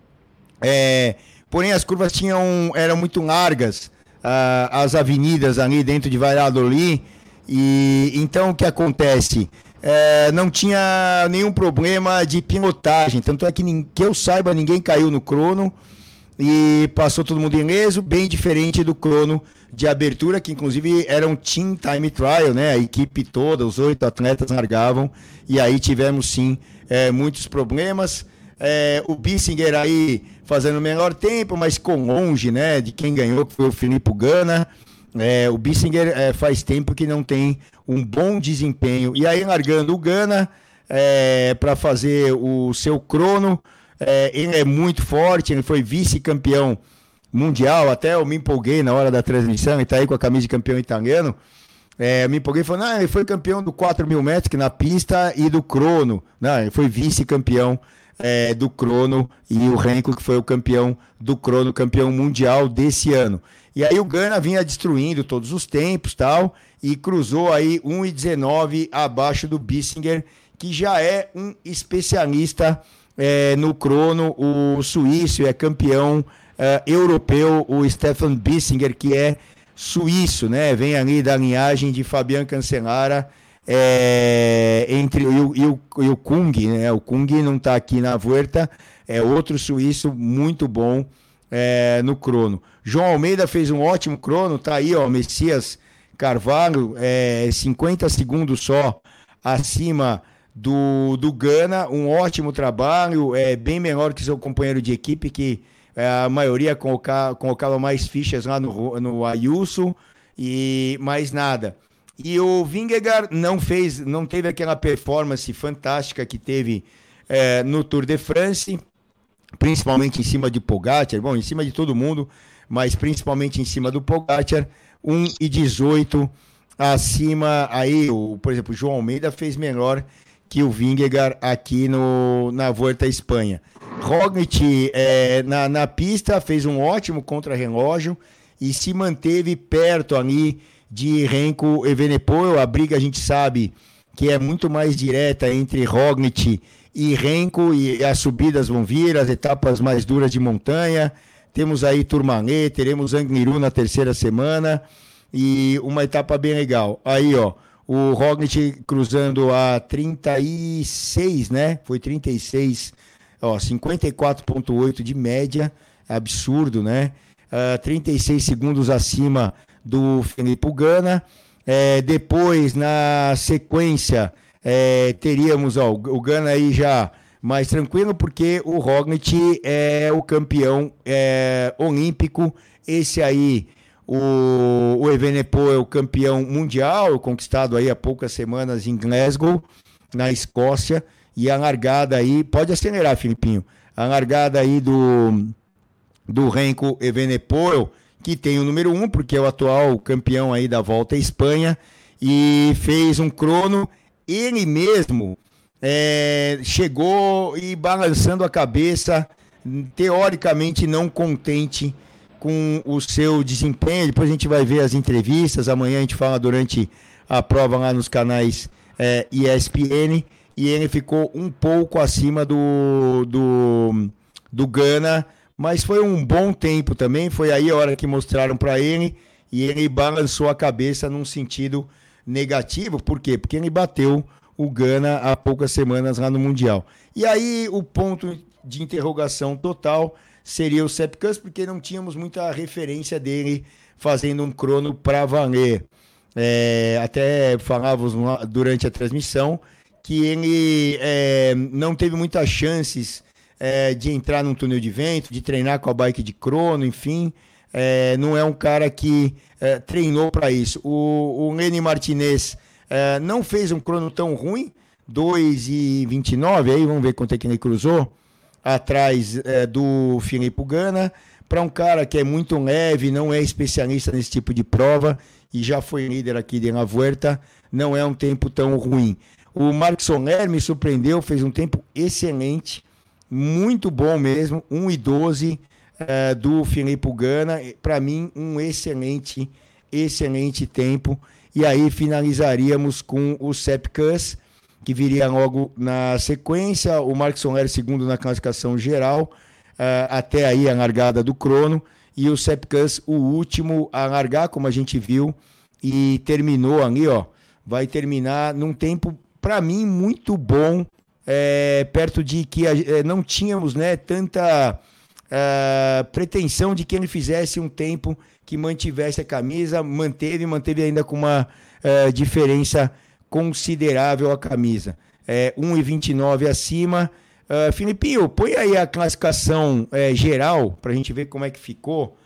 porém as curvas eram muito largas, as avenidas ali dentro de Valladolid, e então o que acontece? Não tinha nenhum problema de pilotagem, tanto é que eu saiba, ninguém caiu no crono, e passou todo mundo ileso, bem diferente do crono de abertura, que inclusive era um team time trial, né? A equipe toda, os 8 atletas largavam, e aí tivemos sim muitos problemas. O Bissinger aí fazendo o melhor tempo, mas com longe, né? De quem ganhou, que foi o Filippo Ganna. O Bissinger faz tempo que não tem um bom desempenho. E aí largando o Ganna para fazer o seu crono. Ele é muito forte, ele foi vice-campeão mundial, até eu me empolguei na hora da transmissão, ele tá aí com a camisa de campeão italiano, me empolguei falando, ele foi campeão do 4.000 metros na pista e do crono, não, ele foi vice-campeão do crono, e o Renko que foi o campeão do crono, campeão mundial desse ano. E aí o Ganna vinha destruindo todos os tempos, tal, e cruzou aí 1,19 abaixo do Bissinger, que já é um especialista no crono. O suíço é campeão europeu, o Stefan Bissinger, que é suíço, né? Vem ali da linhagem de Fabian Cancellara, e o Kung, né? O Kung não está aqui na Vuelta, é outro suíço muito bom no crono. João Almeida fez um ótimo crono, tá aí, ó, Messias Carvalho, 50 segundos só acima do Ganna, um ótimo trabalho, bem melhor que seu companheiro de equipe, que a maioria colocava mais fichas lá no Ayuso, e mais nada. E o Vingegaard não teve aquela performance fantástica que teve no Tour de France, principalmente em cima de Pogacar, bom, em cima de todo mundo, mas principalmente em cima do Pogacar, 1,18 acima, aí, por exemplo, o João Almeida fez melhor que o Vingegaard aqui na Volta à Espanha. Roglic na pista fez um ótimo contra-relógio e se manteve perto ali de Renko Evenepoel. A briga a gente sabe que é muito mais direta entre Roglic e Renko, e as subidas vão vir, as etapas mais duras de montanha. Temos aí Tourmalet, teremos Angliru na terceira semana e uma etapa bem legal. Aí, ó, o Roglic cruzando a 36, né? Foi 36, ó, 54,8 de média, absurdo, né? 36 segundos acima do Filippo Ganna. Depois, na sequência, teríamos o Ganna aí já mais tranquilo, porque o Roglic é o campeão olímpico, esse aí, o Evenepoel é o campeão mundial, conquistado aí há poucas semanas em Glasgow, na Escócia, e a largada aí, pode acelerar, Filipinho, a largada aí do Renko Evenepoel, que tem o número 1, porque é o atual campeão aí da Volta à Espanha, e fez um crono. Ele mesmo chegou e balançando a cabeça, teoricamente não contente com o seu desempenho. Depois a gente vai ver as entrevistas, amanhã a gente fala durante a prova lá nos canais ESPN, e ele ficou um pouco acima do Ganna, mas foi um bom tempo também. Foi aí a hora que mostraram para ele e ele balançou a cabeça num sentido negativo. Por quê? Porque ele bateu o Ganna há poucas semanas lá no Mundial. E aí o ponto de interrogação total seria o Sepp Kuss, porque não tínhamos muita referência dele fazendo um crono para valer. Até falávamos durante a transmissão que ele não teve muitas chances de entrar num túnel de vento, de treinar com a bike de crono, enfim. Não é um cara que treinou para isso. O Lenny Martinez não fez um crono tão ruim, 2:29, aí vamos ver quanto é que ele cruzou, atrás do Filippo Ganna, para um cara que é muito leve, não é especialista nesse tipo de prova e já foi líder aqui de La Vuelta, não é um tempo tão ruim. O Marc Soler me surpreendeu, fez um tempo excelente, muito bom mesmo, 1:12 do Filippo Ganna, para mim um excelente tempo. E aí finalizaríamos com o Sepp Kuss, que viria logo na sequência, o Marc Soler segundo na classificação geral, até aí a largada do crono, e o Sepp Kuss o último a largar, como a gente viu, e terminou ali, ó, vai terminar num tempo, para mim, muito bom, perto de que não tínhamos, né, tanta pretensão de que ele fizesse um tempo que mantivesse a camisa, manteve ainda com uma diferença considerável a camisa. 1:29 acima. Filipinho, põe aí a classificação geral para a gente ver como é que ficou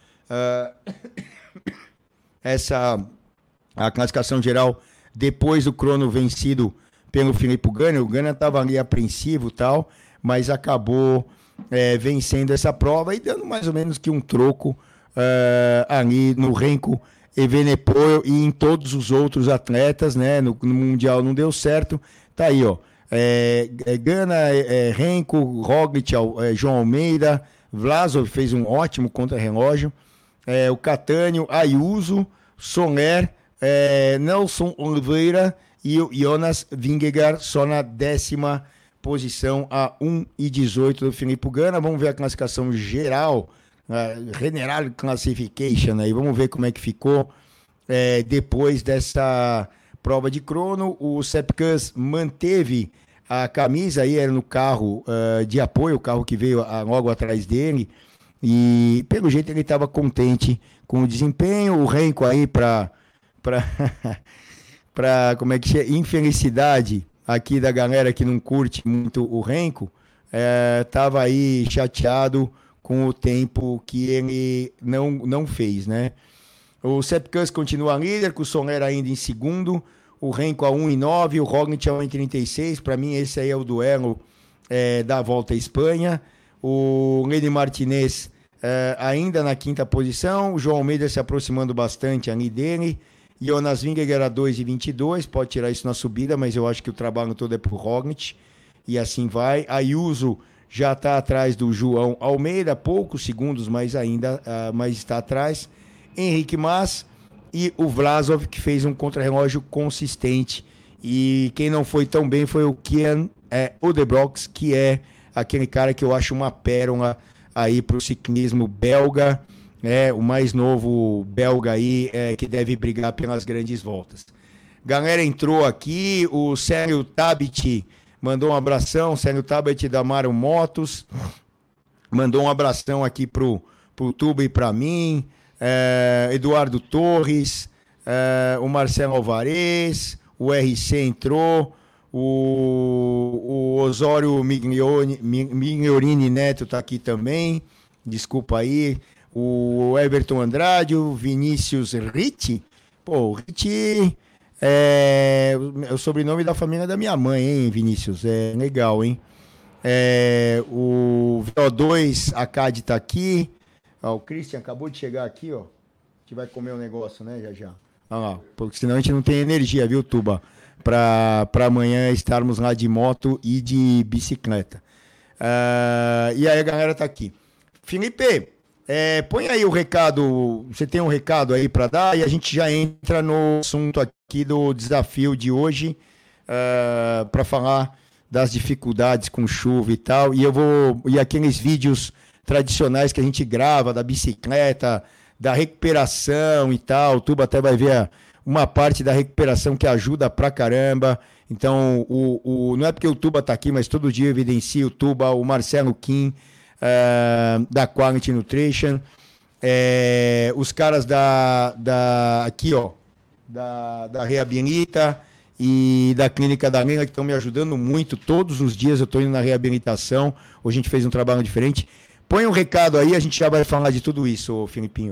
a classificação geral depois do crono vencido pelo Filippo Ganna. O Ganna estava ali apreensivo e tal, mas acabou vencendo essa prova e dando mais ou menos que um troco ali no Renko Evenepoel e em todos os outros atletas, né? No Mundial não deu certo. Tá aí, ó. Ganna, Renko, Roglic, João Almeida, Vlasov fez um ótimo contra-relógio. O Cattaneo, Ayuso, Soler, Nelson Oliveira e o Jonas Vingegaard só na 10ª posição, a 1:18 do Filippo Ganna. Vamos ver a classificação geral, General Classification, aí vamos ver como é que ficou depois dessa prova de crono. O Sepp Kuss manteve a camisa, aí era no carro de apoio, o carro que veio logo atrás dele, e pelo jeito ele estava contente com o desempenho. O Renko aí para como é que chama? Infelicidade aqui da galera que não curte muito o Renko, estava aí chateado com o tempo que ele não fez, né? O Sepp Kuss continua líder, com o Soler ainda em segundo, o Renko a 1:09, o Roglic a 1:36. Para mim esse aí é o duelo da Volta à Espanha. O Lenny Martinez ainda na 5ª posição, o João Almeida se aproximando bastante ali dele, Jonas Vingegaard a 2:22, pode tirar isso na subida, mas eu acho que o trabalho todo é pro Roglic, e assim vai. Ayuso já está atrás do João Almeida, poucos segundos, mas ainda mas está atrás. Henrique Mas e o Vlasov, que fez um contrarrelógio consistente. E quem não foi tão bem foi o Kian Udebrox, que é aquele cara que eu acho uma pérola aí para o ciclismo belga, o mais novo belga aí, que deve brigar pelas grandes voltas. Galera entrou aqui, o Célio Tabit mandou um abração, Célio Tabet da Maro Motos, mandou um abração aqui pro Tuba e para mim, Eduardo Torres, o Marcelo Alvarez, o RC entrou, o Osório Migliorini Neto tá aqui também, desculpa aí, o Everton Andrade, o Vinícius Ritti, o Ritti é o sobrenome da família da minha mãe, hein, Vinícius? Legal, hein? O VO2 Acad tá aqui. O Christian acabou de chegar aqui, ó. A gente vai comer um negócio, né, já. Olha lá, porque senão a gente não tem energia, viu, Tuba? Para amanhã estarmos lá de moto e de bicicleta. E aí a galera tá aqui. Felipe, põe aí o recado, você tem um recado aí para dar e a gente já entra no assunto aqui do desafio de hoje para falar das dificuldades com chuva e tal. E aqueles vídeos tradicionais que a gente grava da bicicleta, da recuperação e tal. O Tuba até vai ver uma parte da recuperação que ajuda pra caramba. Então, não é porque o Tuba tá aqui, mas todo dia evidencia o Tuba, o Marcelo Kim, da Quality Nutrition, os caras aqui, ó, da Reabilita e da Clínica da Lena, que estão me ajudando muito. Todos os dias eu estou indo na reabilitação. Hoje a gente fez um trabalho diferente. Põe um recado aí, a gente já vai falar de tudo isso, Filipinho.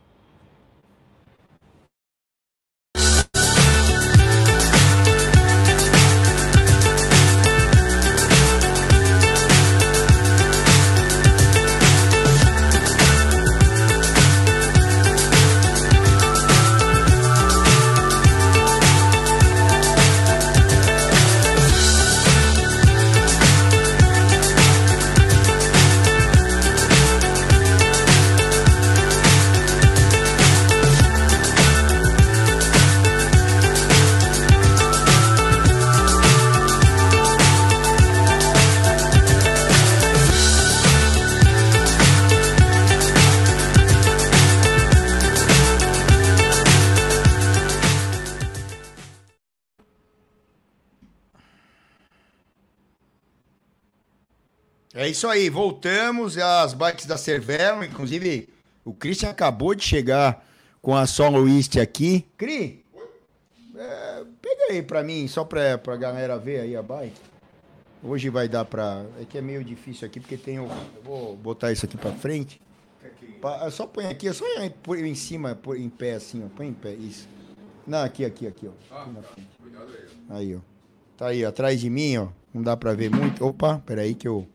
É isso aí, voltamos às bikes da Cervelo, inclusive o Christian acabou de chegar com a Soloist aqui. Cri, pega aí pra mim, só pra galera ver aí a bike. Hoje vai dar pra... É que é meio difícil aqui, porque tem o... Eu vou botar isso aqui pra frente. Só põe aqui, só põe em cima, em pé assim, ó. Põe em pé, isso. Não, aqui, ó. Aqui na frente. Aí, ó. Tá aí, ó, atrás de mim, ó. Não dá pra ver muito. Opa, peraí que eu...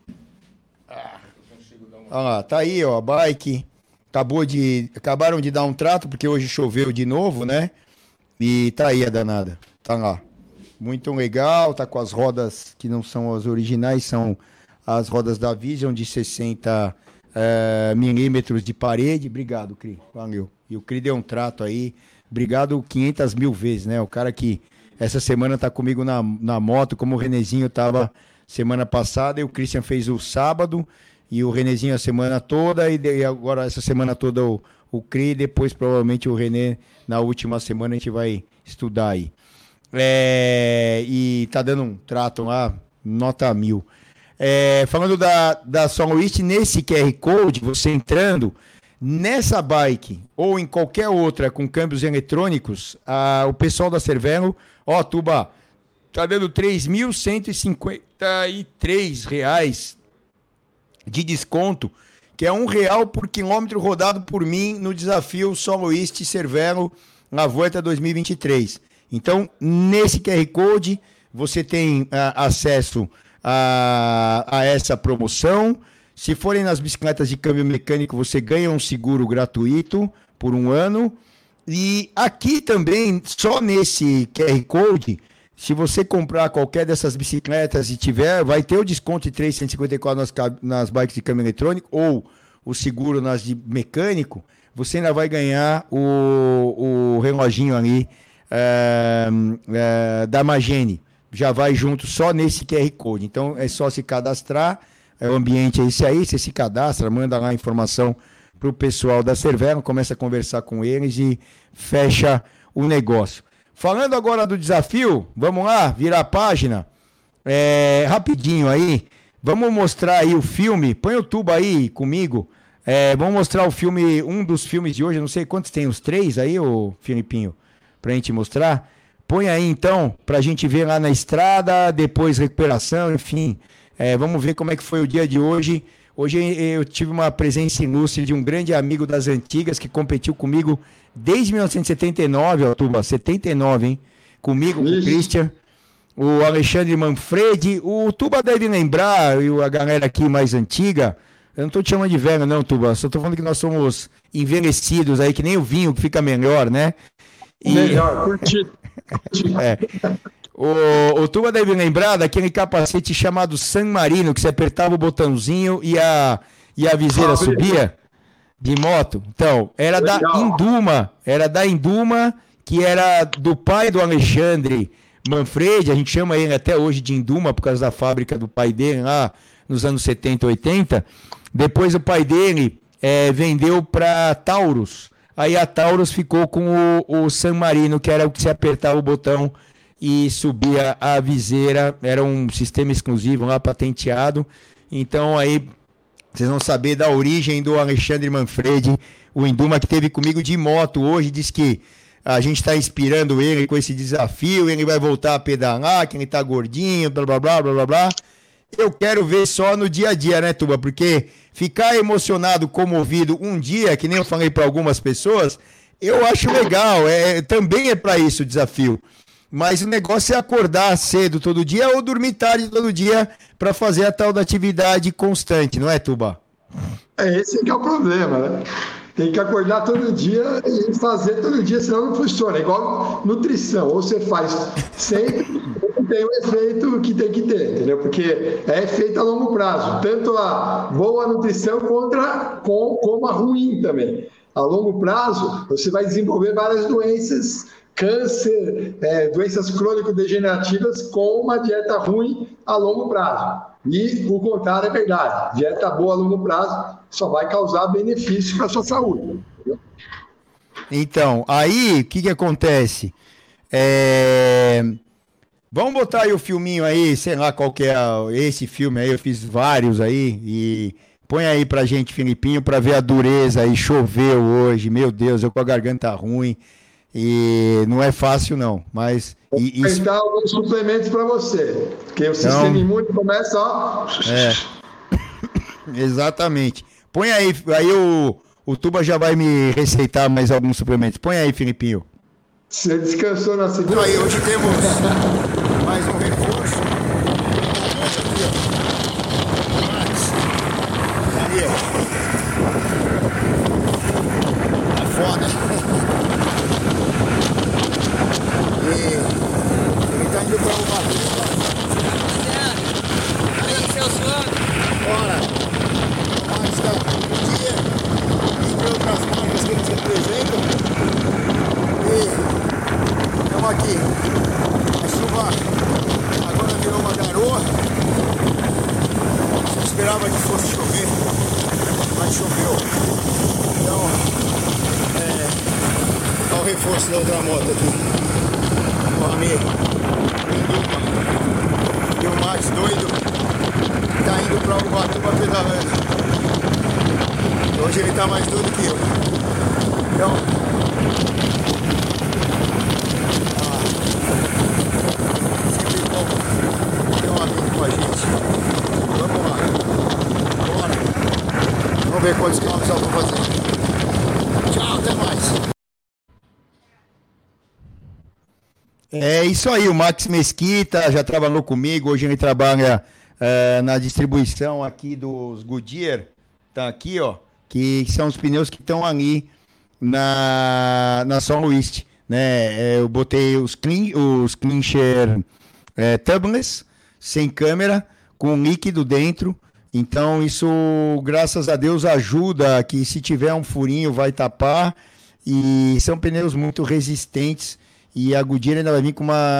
Olha lá, tá aí, ó, a bike. Acabaram de dar um trato, porque hoje choveu de novo, né? E tá aí a danada. Tá lá. Muito legal, tá com as rodas que não são as originais, são as rodas da Vision de 60 milímetros de parede. Obrigado, Cri. Valeu. E o Cri deu um trato aí. Obrigado 500 mil vezes, né? O cara que essa semana tá comigo na moto, como o Renezinho tava semana passada, e o Christian fez o sábado, e o Renezinho a semana toda, e agora essa semana toda o Cri, depois provavelmente o Renê na última semana a gente vai estudar aí. E tá dando um trato lá, nota 1000. Falando da Soloist, nesse QR Code, você entrando nessa bike ou em qualquer outra com câmbios eletrônicos, o pessoal da Cervelo, ó, Tuba, tá dando R$ 3.153 de desconto, que é R$1 por quilômetro rodado por mim no desafio Soloist Cervelo na Volta 2023. Então, nesse QR Code, você tem acesso a essa promoção. Se forem nas bicicletas de câmbio mecânico, você ganha um seguro gratuito por 1 ano. E aqui também, só nesse QR Code, se você comprar qualquer dessas bicicletas e tiver, vai ter o desconto de 354 nas bikes de câmbio eletrônico ou o seguro nas de mecânico. Você ainda vai ganhar o reloginho ali da Magene. Já vai junto só nesse QR Code. Então é só se cadastrar. O ambiente é esse aí. Você se cadastra, manda lá a informação para o pessoal da Cervelo, começa a conversar com eles e fecha o negócio. Falando agora do desafio, vamos lá, virar a página. Rapidinho aí. Vamos mostrar aí o filme. Põe o tubo aí comigo. Vamos mostrar o filme, um dos filmes de hoje. Eu não sei quantos tem, os 3 aí, ô Filipinho, pra gente mostrar. Põe aí então, pra gente ver lá na estrada, depois recuperação, enfim. Vamos ver como é que foi o dia de hoje. Hoje eu tive uma presença ilustre de um grande amigo das antigas que competiu comigo desde 1979, ó, Tuba, 79, hein? Comigo, com o Christian, o Alexandre Manfredi. O Tuba deve lembrar, e a galera aqui mais antiga, eu não tô te chamando de velho não, Tuba, só tô falando que nós somos envelhecidos aí, que nem o vinho que fica melhor, né? Melhor, curtido. É. O Tuba deve lembrar daquele capacete chamado San Marino, que você apertava o botãozinho e a viseira subia de moto. Então, era da Induma, que era do pai do Alexandre Manfredi, a gente chama ele até hoje de Induma por causa da fábrica do pai dele lá nos anos 70, 80. Depois o pai dele vendeu para Taurus. Aí a Taurus ficou com o San Marino, que era o que se apertava o botão e subia a viseira. Era um sistema exclusivo lá, patenteado. Então aí vocês vão saber da origem do Alexandre Manfredi, o Induma, que teve comigo de moto hoje. Diz que a gente está inspirando ele com esse desafio, ele vai voltar a pedalar, que ele está gordinho, blá, blá, blá, blá, blá, blá. Eu quero ver só no dia a dia, né, Tuba? Porque ficar emocionado, comovido um dia, que nem eu falei para algumas pessoas, eu acho legal, também é para isso o desafio. Mas o negócio é acordar cedo todo dia ou dormir tarde todo dia para fazer a tal da atividade constante, não é, Tuba? Esse que é o problema, né? Tem que acordar todo dia e fazer todo dia, senão não funciona. É igual nutrição, ou você faz sempre, ou tem o efeito que tem que ter, entendeu? Porque é efeito a longo prazo, tanto a boa nutrição como a ruim também. A longo prazo, você vai desenvolver várias doenças, câncer, doenças crônico-degenerativas com uma dieta ruim a longo prazo. E o contrário é verdade. Dieta boa a longo prazo só vai causar benefício para a sua saúde. Entendeu? Então, aí, o que acontece? Vamos botar aí o filminho aí, sei lá qual que é esse filme aí, eu fiz vários aí, e põe aí pra gente, Filipinho, pra ver a dureza aí. Choveu hoje, meu Deus, eu com a garganta ruim, e não é fácil não, mas... Vou dar alguns suplementos para você, porque o sistema imune começa, ó... Exatamente. Põe aí o Tuba já vai me receitar mais alguns suplementos. Põe aí, Filipinho. Você descansou na segunda? Então aí, hoje temos mais um reforço. Ali, ó. Tá foda. E ele tá indo pra uma vez. Bora. Entre outras marcas que eles representam. E estamos aqui. A chuva agora virou uma garoa. Eu esperava que fosse chover, mas choveu. Então, olha o reforço da outra moto aqui. O amigo. E o Max doido tá indo para o Ubatuba pedalando. Hoje ele tá mais doido que eu. Então, sempre bom ter um amigo com a gente. Vamos lá. Bora. Vamos ver quantos quilômetros eu vou fazer. Tchau, até mais. É isso aí, o Max Mesquita já trabalhou comigo. Hoje ele trabalha na distribuição aqui dos Goodyear. Tá aqui, ó. Que são os pneus que estão ali na Soloist, né? Eu botei os clincher tubeless, sem câmera, com líquido dentro. Então isso, graças a Deus, ajuda que se tiver um furinho vai tapar. E são pneus muito resistentes. E a Goodyear ainda vai vir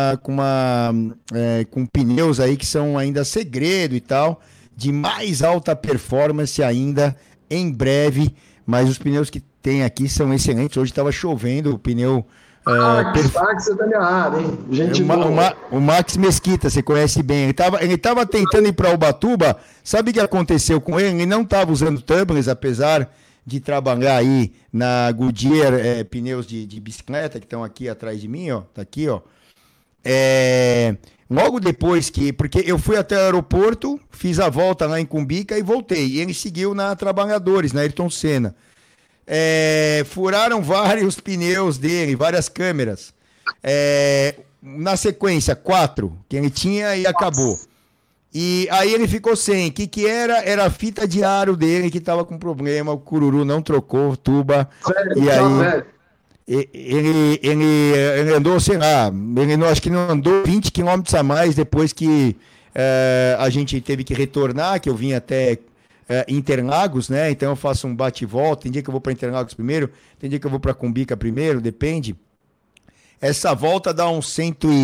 com pneus aí que são ainda segredo e tal, de mais alta performance ainda. Em breve, mas os pneus que tem aqui são excelentes. Hoje estava chovendo, o pneu... Max é da minha área, hein? Gente o Max Mesquita, você conhece bem. Ele tava tentando ir para Ubatuba. Sabe o que aconteceu com ele? Ele não estava usando tubeless, apesar de trabalhar aí na Goodyear, pneus de bicicleta, que estão aqui atrás de mim, ó. Tá aqui, ó. Logo depois porque eu fui até o aeroporto, fiz a volta lá em Cumbica e voltei. E ele seguiu na Trabalhadores, na Ayrton Senna. Furaram vários pneus dele, várias câmeras. Na sequência, 4 que ele tinha e acabou. E aí ele ficou sem. O que era? Era a fita de aro dele que estava com problema. O Cururu não trocou, Tuba. Velho, e aí... Ele andou, sei lá, acho que não andou 20 quilômetros a mais depois que a gente teve que retornar, que eu vim até Interlagos, né? Então eu faço um bate e volta. Tem dia que eu vou para Interlagos primeiro, tem dia que eu vou para Cumbica primeiro, depende. Essa volta dá uns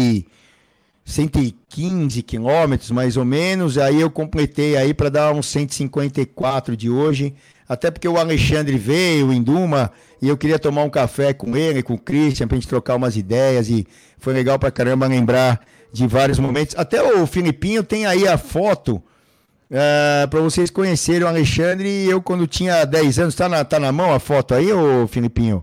115 quilômetros, mais ou menos. Aí eu completei aí para dar uns 154 de hoje. Até porque o Alexandre veio, o Induma, e eu queria tomar um café com ele, com o Christian, pra gente trocar umas ideias. E foi legal pra caramba lembrar de vários momentos. Até o Filipinho tem aí a foto para vocês conhecerem o Alexandre e eu quando tinha 10 anos. Tá na mão a foto aí, ô Filipinho?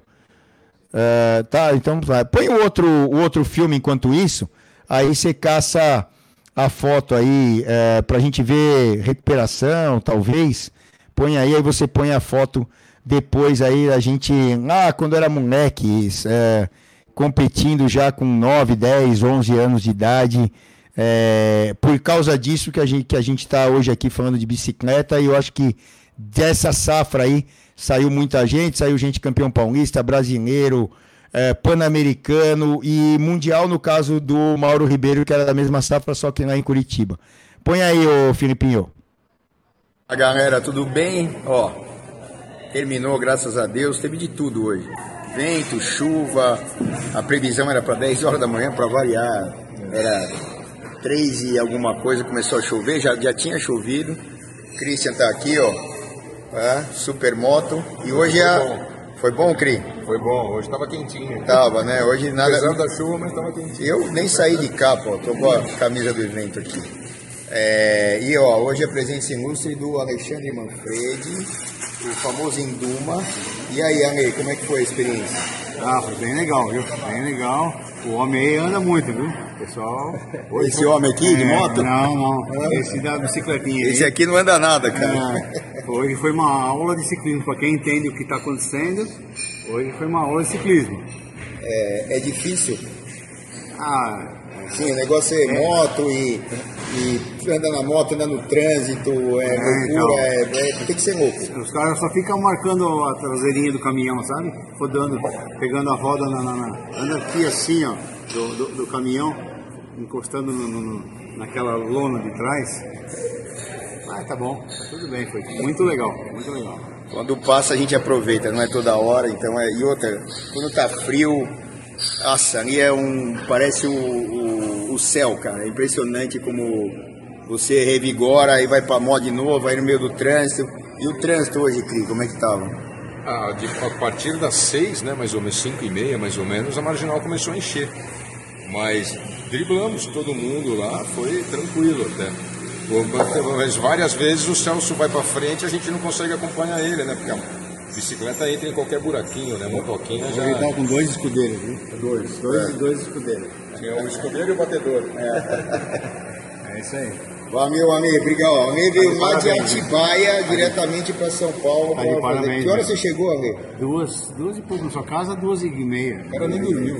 Tá, então põe o outro filme enquanto isso. Aí você caça a foto aí pra gente ver recuperação, talvez. Põe aí você põe a foto depois aí, a gente, quando era moleque, competindo já com 9, 10, 11 anos de idade, por causa disso que a gente está hoje aqui falando de bicicleta, e eu acho que dessa safra aí saiu muita gente, saiu gente campeão paulista, brasileiro, pan-americano e mundial, no caso do Mauro Ribeiro, que era da mesma safra, só que lá em Curitiba. Põe aí, ô Filipinho. A galera, tudo bem? Ó, terminou, graças a Deus, teve de tudo hoje. Vento, chuva, a previsão era para 10 horas da manhã, para variar, era 3 e alguma coisa, começou a chover, já tinha chovido. Christian tá aqui, ó, super moto, e hoje foi bom, Cri? Foi bom, hoje tava quentinho. Tava, né? Hoje nada... Apesar da chuva, mas tava quentinho. Eu nem saí de capa, ó, tô com a camisa do evento aqui. E ó, hoje a presença ilustre do Alexandre Manfredi, o famoso Induma. E aí, Ale, como é que foi a experiência? Foi bem legal, viu? Bem legal. O homem aí anda muito, viu? Pessoal. Esse homem aqui de moto? Não. Esse da bicicletinha. Esse aqui não anda nada, cara. Hoje foi uma aula de ciclismo. Para quem entende o que está acontecendo, hoje foi uma aula de ciclismo. É difícil? Sim, o negócio é moto e anda na moto, anda no trânsito, loucura, tem que ser louco. Os caras só ficam marcando a traseirinha do caminhão, sabe? Rodando, pegando a roda, anda aqui assim, ó, do caminhão, encostando naquela lona de trás. Tá bom, tá tudo bem, foi muito legal, muito legal. Quando passa a gente aproveita, não é toda hora, então e outra, quando tá frio, nossa, ali parece o céu, cara, é impressionante como você revigora e vai pra moda de novo, vai no meio do trânsito. E o trânsito hoje, Cri, como é que tava? A partir das 6, né, mais ou menos 5h30, mais ou menos, a marginal começou a encher. Mas driblamos todo mundo lá, foi tranquilo até. Mas várias vezes o Celso vai pra frente e a gente não consegue acompanhar ele, né, porque a bicicleta entra em qualquer buraquinho, né, motoquinha já... Ele tá com 2 escudeiros, viu? Dois escudeiros. Tinha o escudeiro e o batedor. É isso aí. Valeu, amigo, obrigado. O amigo veio lá de Atibaia, diretamente para São Paulo. Parabéns. Que hora você chegou, amigo? 2 e pouco na sua casa, 2h30. O cara nem dormiu.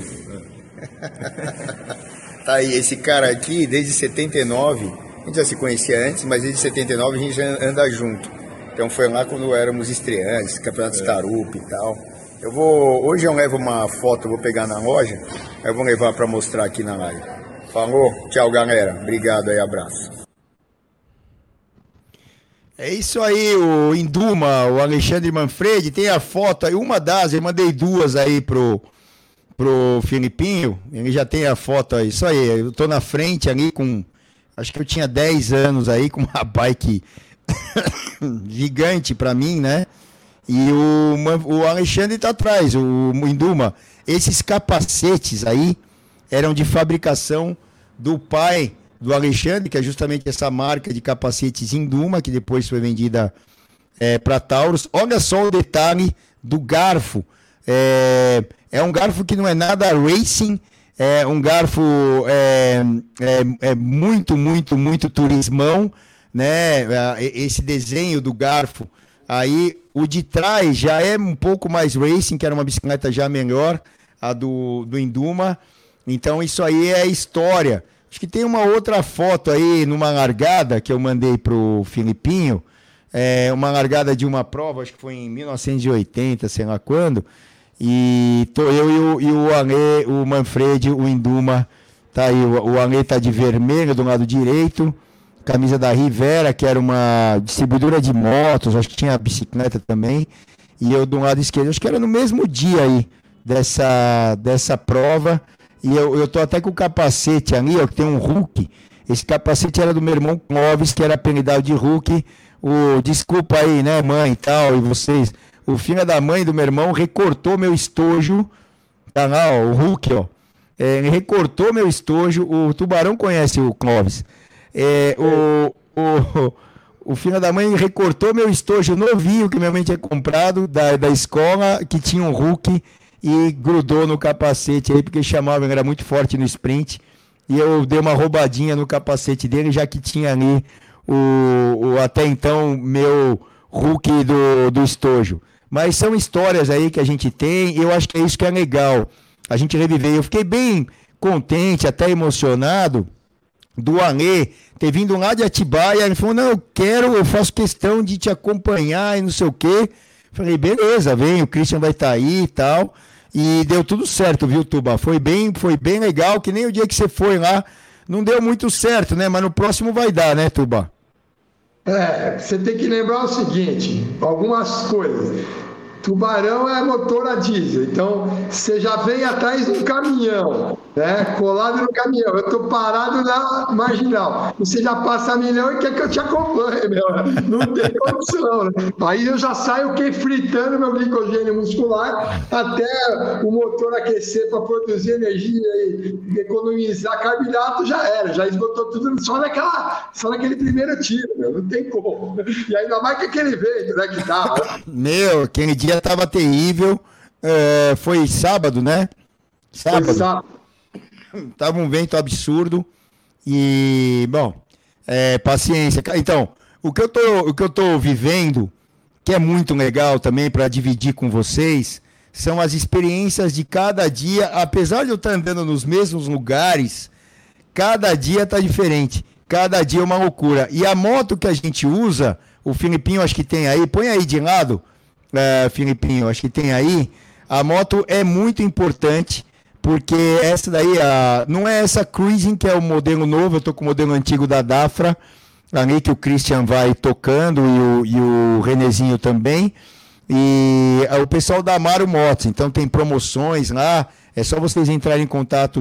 Tá aí, esse cara aqui, desde 79, a gente já se conhecia antes, mas desde 79 a gente já anda junto. Então foi lá quando éramos estreantes, campeonatos Tarup e tal. Hoje eu levo uma foto, vou pegar na loja, eu vou levar para mostrar aqui na live. Falou? Tchau, galera. Obrigado aí, abraço. É isso aí, o Induma, o Alexandre Manfredi, tem a foto aí, eu mandei 2 aí pro Filipinho, ele já tem a foto aí, isso aí, eu tô na frente ali acho que eu tinha 10 anos aí, com uma bike gigante pra mim, né? E o Alexandre tá atrás, o Induma. Esses capacetes aí eram de fabricação do pai do Alexandre, que é justamente essa marca de capacetes Induma, que depois foi vendida para Taurus. Olha só o detalhe do garfo. É um garfo que não é nada racing, é um garfo muito, muito, muito turismão, né? Esse desenho do garfo. Aí o de trás já é um pouco mais racing, que era uma bicicleta já melhor, a do Induma. Então isso aí é história. Acho que tem uma outra foto aí numa largada que eu mandei pro Filipinho, uma largada de uma prova, acho que foi em 1980, sei lá quando, E tô eu e o Ale, o Manfred, o Induma, tá aí. O Ale tá de vermelho do lado direito, camisa da Rivera, que era uma distribuidora de motos, acho que tinha bicicleta também. E eu do lado esquerdo, acho que era no mesmo dia aí dessa prova. E eu tô até com o capacete ali, ó, que tem um Hulk. Esse capacete era do meu irmão Clóvis, que era apelidado de Hulk. Desculpa aí, né, mãe e tal, e vocês. O filho da mãe do meu irmão recortou meu estojo. Tá lá, ó, o Hulk, ó. Ele recortou meu estojo. O Tubarão conhece o Clóvis. O filho da mãe recortou meu estojo novinho que minha mãe tinha comprado da escola, que tinha um Hulk, e grudou no capacete aí, porque chamava, ele era muito forte no sprint. E eu dei uma roubadinha no capacete dele, já que tinha ali até então meu Hulk do estojo. Mas são histórias aí que a gente tem, e eu acho que é isso que é legal, a gente reviver. Eu fiquei bem contente, até emocionado, do Alê ter vindo lá de Atibaia. Ele falou, não, eu faço questão de te acompanhar e não sei o quê. Falei, beleza, vem, o Christian vai estar aí e tal. E deu tudo certo, viu, Tuba? Foi bem legal, que nem o dia que você foi lá, não deu muito certo, né? Mas no próximo vai dar, né, Tuba? Você tem que lembrar o seguinte, algumas coisas. Tubarão é motor a diesel, então você já vem atrás do caminhão, né? Colado no caminhão. Eu estou parado na marginal. Você já passa milhão e quer que eu te acompanhe, meu. Não tem condição, né? Aí eu já saio fritando meu glicogênio muscular até o motor aquecer para produzir energia e economizar carboidrato, já esgotou tudo só naquele primeiro tiro, meu. Não tem como. E ainda mais que aquele vento, né? Que dá. Meu, aquele dia tava terrível. Foi sábado, né? Sábado. Tava um vento absurdo. E, bom, paciência. Então, o que eu tô vivendo, que é muito legal também para dividir com vocês, são as experiências de cada dia. Apesar de eu estar andando nos mesmos lugares, cada dia tá diferente. Cada dia é uma loucura. E a moto que a gente usa, o Filipinho acho que tem aí, põe aí de lado, Filipinho, acho que tem aí. A moto é muito importante, porque essa daí, não é essa Cruising, que é o modelo novo, eu tô com o modelo antigo da Dafra, ali que o Christian vai tocando e o Renezinho também. E o pessoal da Amaro Motos, então tem promoções lá, é só vocês entrarem em contato.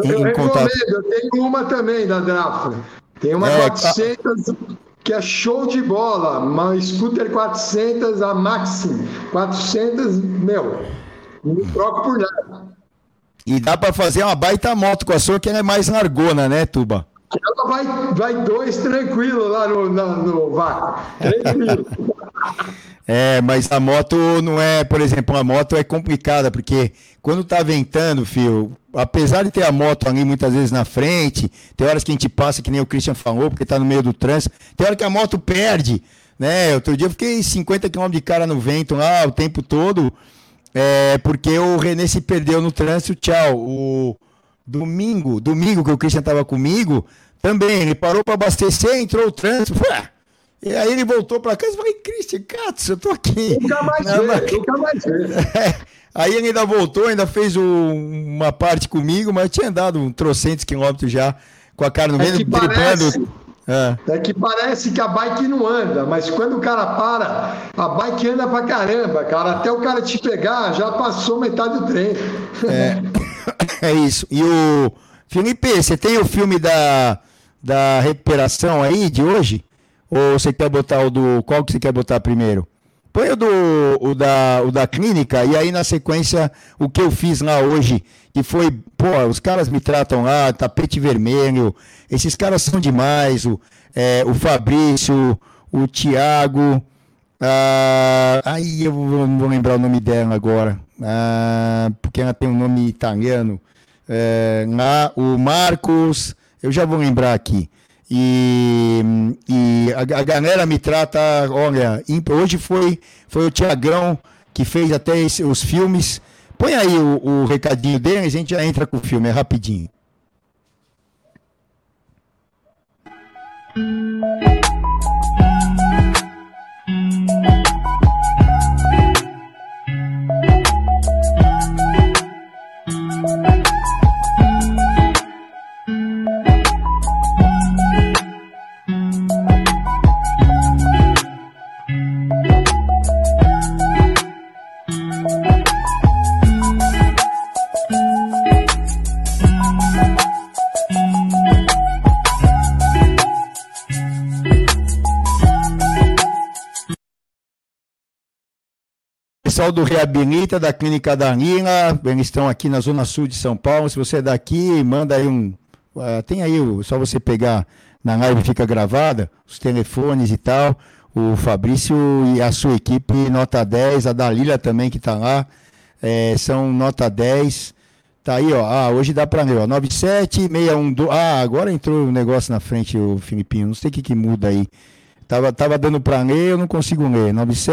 Eu tenho uma também da Dafra, tem uma 400... que é show de bola, uma Scooter 400, a Maxim 400, não troco por nada. E dá para fazer uma baita moto com a sua, que ela é mais largona, né, Tuba? Ela vai 2 tranquilo lá no vácuo. 3 mil. Mas a moto não é, por exemplo, a moto é complicada, porque quando tá ventando, filho, apesar de ter a moto ali muitas vezes na frente, tem horas que a gente passa, que nem o Christian falou, porque tá no meio do trânsito, tem hora que a moto perde, né? Outro dia eu fiquei 50 km de cara no vento lá o tempo todo, porque o René se perdeu no trânsito, tchau. O domingo que o Christian tava comigo, também, ele parou para abastecer, entrou o trânsito, e aí ele voltou para casa e falei, Christian, Katz, eu tô aqui. Nunca mais ver. Aí ele ainda voltou, ainda fez uma parte comigo, mas eu tinha andado trocentos quilômetros já com a cara no meio, driblando. É que parece que a bike não anda, mas quando o cara para, a bike anda pra caramba, cara. Até o cara te pegar, já passou metade do treino. É isso. E o Felipe, você tem o filme da recuperação aí de hoje? Ou você quer botar qual que você quer botar primeiro? Põe o da clínica, e aí na sequência o que eu fiz lá hoje, que foi, os caras me tratam lá, tapete vermelho, esses caras são demais, o Fabrício, o Thiago, aí eu não vou lembrar o nome dela agora, porque ela tem um nome italiano, lá o Marcos, eu já vou lembrar aqui. E a galera me trata, olha, hoje foi o Tiagão que fez até os filmes. Põe aí o recadinho deles, a gente já entra com o filme, é rapidinho. Pessoal do Reabilita, da Clínica da Nila, eles estão aqui na Zona Sul de São Paulo. Se você é daqui, manda aí tem aí, só você pegar na live, fica gravada, os telefones e tal. O Fabrício e a sua equipe, nota 10. A Dalila também, que está lá, são nota 10. Tá aí, ó. Hoje dá para ler, ó. 97612. Agora entrou o negócio na frente, o Filipinho. Não sei o que muda aí. Tava dando para ler, eu não consigo ler.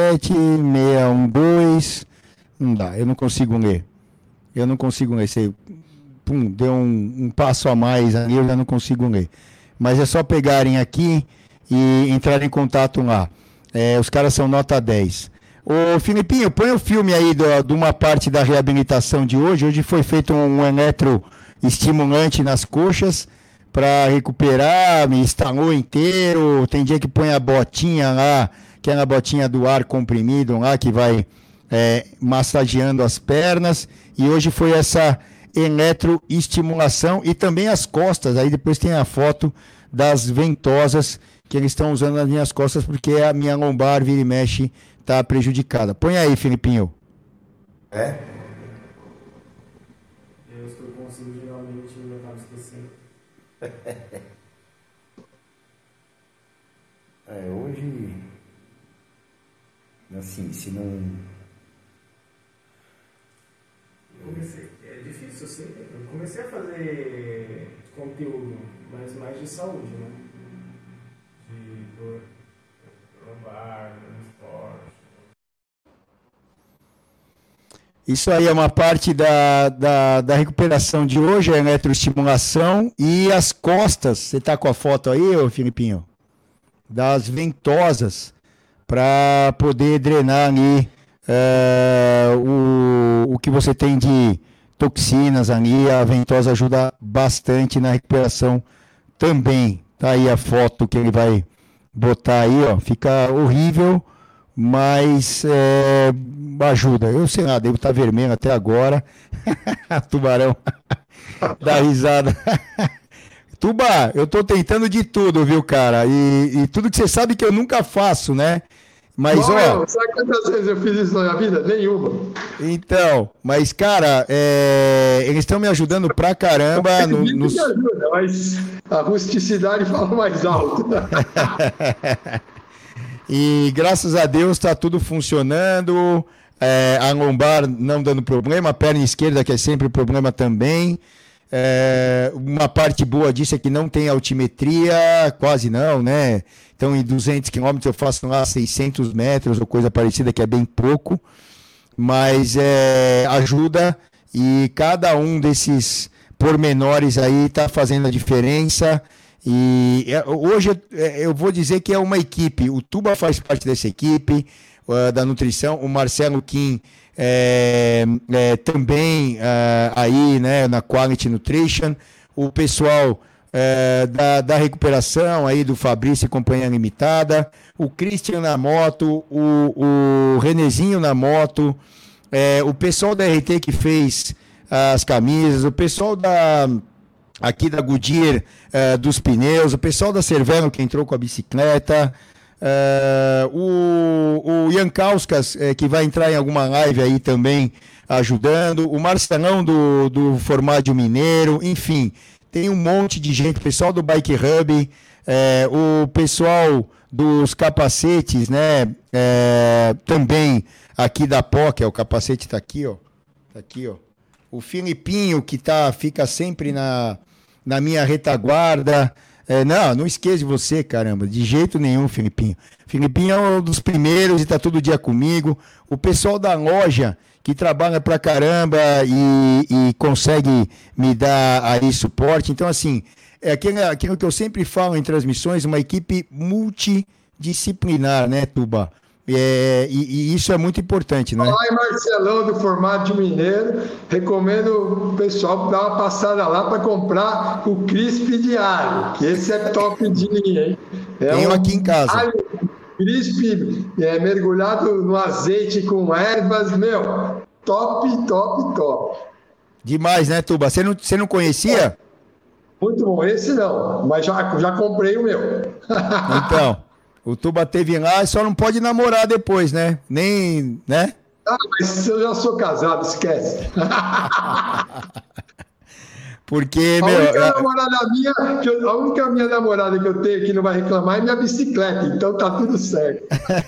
97612. Não dá, eu não consigo ler. Você, deu um passo a mais ali, eu já não consigo ler. Mas é só pegarem aqui e entrarem em contato lá. Os caras são nota 10. Ô, Filipinho, põe o filme aí de uma parte da reabilitação de hoje. Hoje foi feito um eletroestimulante nas coxas para recuperar, me instalou inteiro. Tem dia que põe a botinha lá, que é a botinha do ar comprimido lá, que vai massageando as pernas. E hoje foi essa eletroestimulação e também as costas. Aí depois tem a foto das ventosas que eles estão usando nas minhas costas, porque a minha lombar vira e mexe está prejudicada. Põe aí, Filipinho. Eu estou consigo, geralmente eu acabo esquecendo. Hoje, assim, se não... É difícil, eu sei. Eu comecei a fazer conteúdo, mas mais de saúde, né? De dor lombar, no esporte. Isso aí é uma parte da recuperação de hoje, a eletroestimulação e as costas. Você está com a foto aí, ô Filipinho? Das ventosas, para poder drenar ali o que você tem de toxinas ali. A ventosa ajuda bastante na recuperação também. Tá aí a foto que ele vai botar aí, ó. Fica horrível, mas ajuda. Eu sei lá, devo estar vermelho até agora. Tubarão dá risada. Tuba, eu tô tentando de tudo, viu, cara? E tudo que você sabe que eu nunca faço, né? Mas, sabe quantas vezes eu fiz isso na minha vida? Nenhuma. Então, mas, cara, eles estão me ajudando pra caramba. Me ajuda, mas a rusticidade fala mais alto. E graças a Deus tá tudo funcionando. A lombar não dando problema, a perna esquerda, que é sempre problema também. Uma parte boa disso é que não tem altimetria, quase não, né? Então, em 200 quilômetros eu faço lá 600 metros ou coisa parecida, que é bem pouco, mas ajuda, e cada um desses pormenores aí está fazendo a diferença. E hoje eu vou dizer que é uma equipe. O Tuba faz parte dessa equipe da nutrição, o Marcelo Kim também aí, né, na Quality Nutrition, o pessoal da recuperação aí do Fabrício e Companhia Limitada, o Christian na moto, o Renezinho na moto, o pessoal da RT que fez as camisas, o pessoal aqui da Goodyear dos pneus, o pessoal da Cervelo que entrou com a bicicleta, o Ian Kauskas, que vai entrar em alguma live aí também ajudando, o Marcelão do Formaggio Mineiro, enfim, tem um monte de gente, o pessoal do Bike Hub, o pessoal dos capacetes, né, também aqui da POC, o capacete tá aqui, ó, o Filipinho que fica sempre na minha retaguarda. Não esqueça de você, caramba, de jeito nenhum, Filipinho. Filipinho é um dos primeiros e tá todo dia comigo. O pessoal da loja que trabalha pra caramba e consegue me dar aí suporte. Então, assim, aquilo que eu sempre falo em transmissões, uma equipe multidisciplinar, né, Tuba? E isso é muito importante, né? Olá, Marcelão do Formaggio Mineiro, recomendo o pessoal dar uma passada lá para comprar o Crisp diário, que esse é top de linha, hein? Tenho aqui em casa. Crisp mergulhado no azeite com ervas, meu, top. Demais, né, Tuba? Você não conhecia? Muito bom, esse não, mas já comprei o meu. Então... O Tuba teve lá e só não pode namorar depois, né? Nem, né? Ah, mas eu já sou casado, esquece. Porque, A meu. única namorada minha, a única minha namorada que eu tenho que não vai reclamar é minha bicicleta, então tá tudo certo.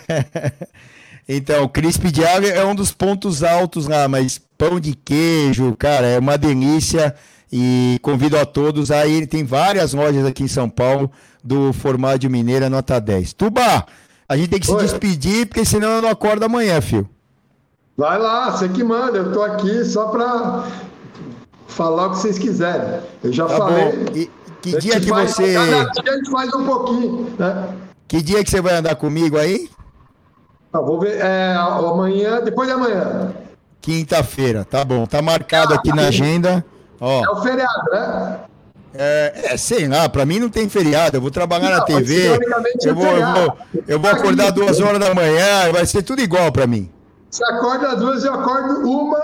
Então, Crisp de Água é um dos pontos altos lá, mas pão de queijo, cara, é uma delícia e convido a todos. Aí ele tem várias lojas aqui em São Paulo do Formaggio Mineira nota 10. Tuba, a gente tem que se Oi. despedir, porque senão eu não acordo amanhã, filho. Vai lá, você que manda, eu tô aqui só para falar o que vocês quiserem. Eu já Tá falei. bom. E que A dia gente que faz- você. Cada dia a gente faz um pouquinho, né? Que dia que você vai andar comigo aí? Vou ver amanhã, depois de amanhã. Quinta-feira, tá bom. Tá marcado aqui na agenda. Ó. É o feriado, né? Sei lá, pra mim não tem feriado, eu vou trabalhar na Não, mas TV, teoricamente eu vou, é eu feriado. vou, eu vou acordar 2 horas da manhã, vai ser tudo igual pra mim. Você acorda às 2, eu acordo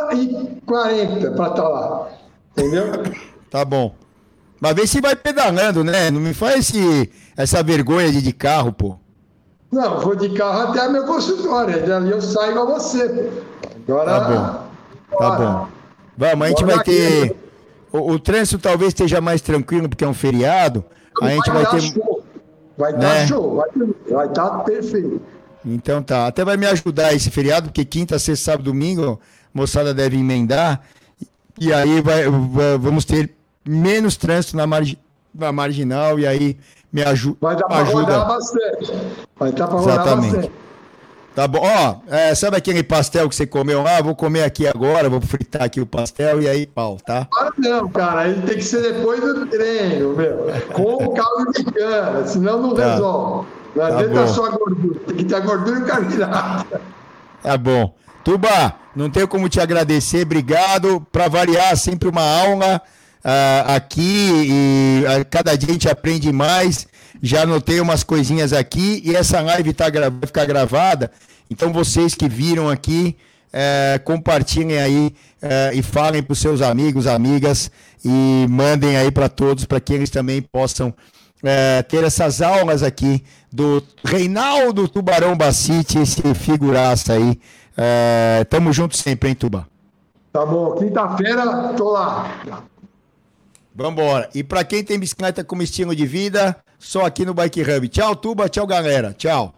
1h40 para estar lá. Entendeu? Tá bom. Mas vê se vai pedalando, né? Não me faz essa vergonha de carro, pô. Não, vou de carro até meu consultório. Dali eu saio igual você. Pô. Agora. Tá bom. Tá bom. Vamos, a gente Bora vai ter. daqui. O trânsito talvez esteja mais tranquilo porque é um feriado. A gente vai dar ter. show. Vai né? dar show. Vai estar perfeito. Então tá. Até vai me ajudar esse feriado, porque quinta, sexta, sábado, domingo, a moçada deve emendar. E aí vamos ter menos trânsito na marginal. E aí me Vai dar para ajuda. rodar bastante. Vai dar para rodar Exatamente. bastante. Tá bom. Ó, sabe aquele pastel que você comeu lá? Vou comer aqui agora, vou fritar aqui o pastel e aí pau, tá? Agora não, cara. Aí tem que ser depois do treino, meu. Com o caldo de cana, senão não Tá. resolve. Não Tá adianta bom. só a gordura. Tem que ter a gordura e o carboidrato. Tá bom. Tuba, não tenho como te agradecer, obrigado. Para variar, sempre uma aula aqui e cada dia a gente aprende mais. Já anotei umas coisinhas aqui e essa live vai ficar gravada. Então vocês que viram aqui, compartilhem aí e falem para os seus amigos, amigas e mandem aí para todos, para que eles também possam ter essas aulas aqui do Reinaldo Tubarão Bacite, esse figuraça aí. Tamo junto sempre, hein, Tuba? Tá bom. Quinta-feira, tô lá. Vambora. E para quem tem bicicleta como estilo de vida, só aqui no Bike Hub. Tchau, Tuba. Tchau, galera. Tchau.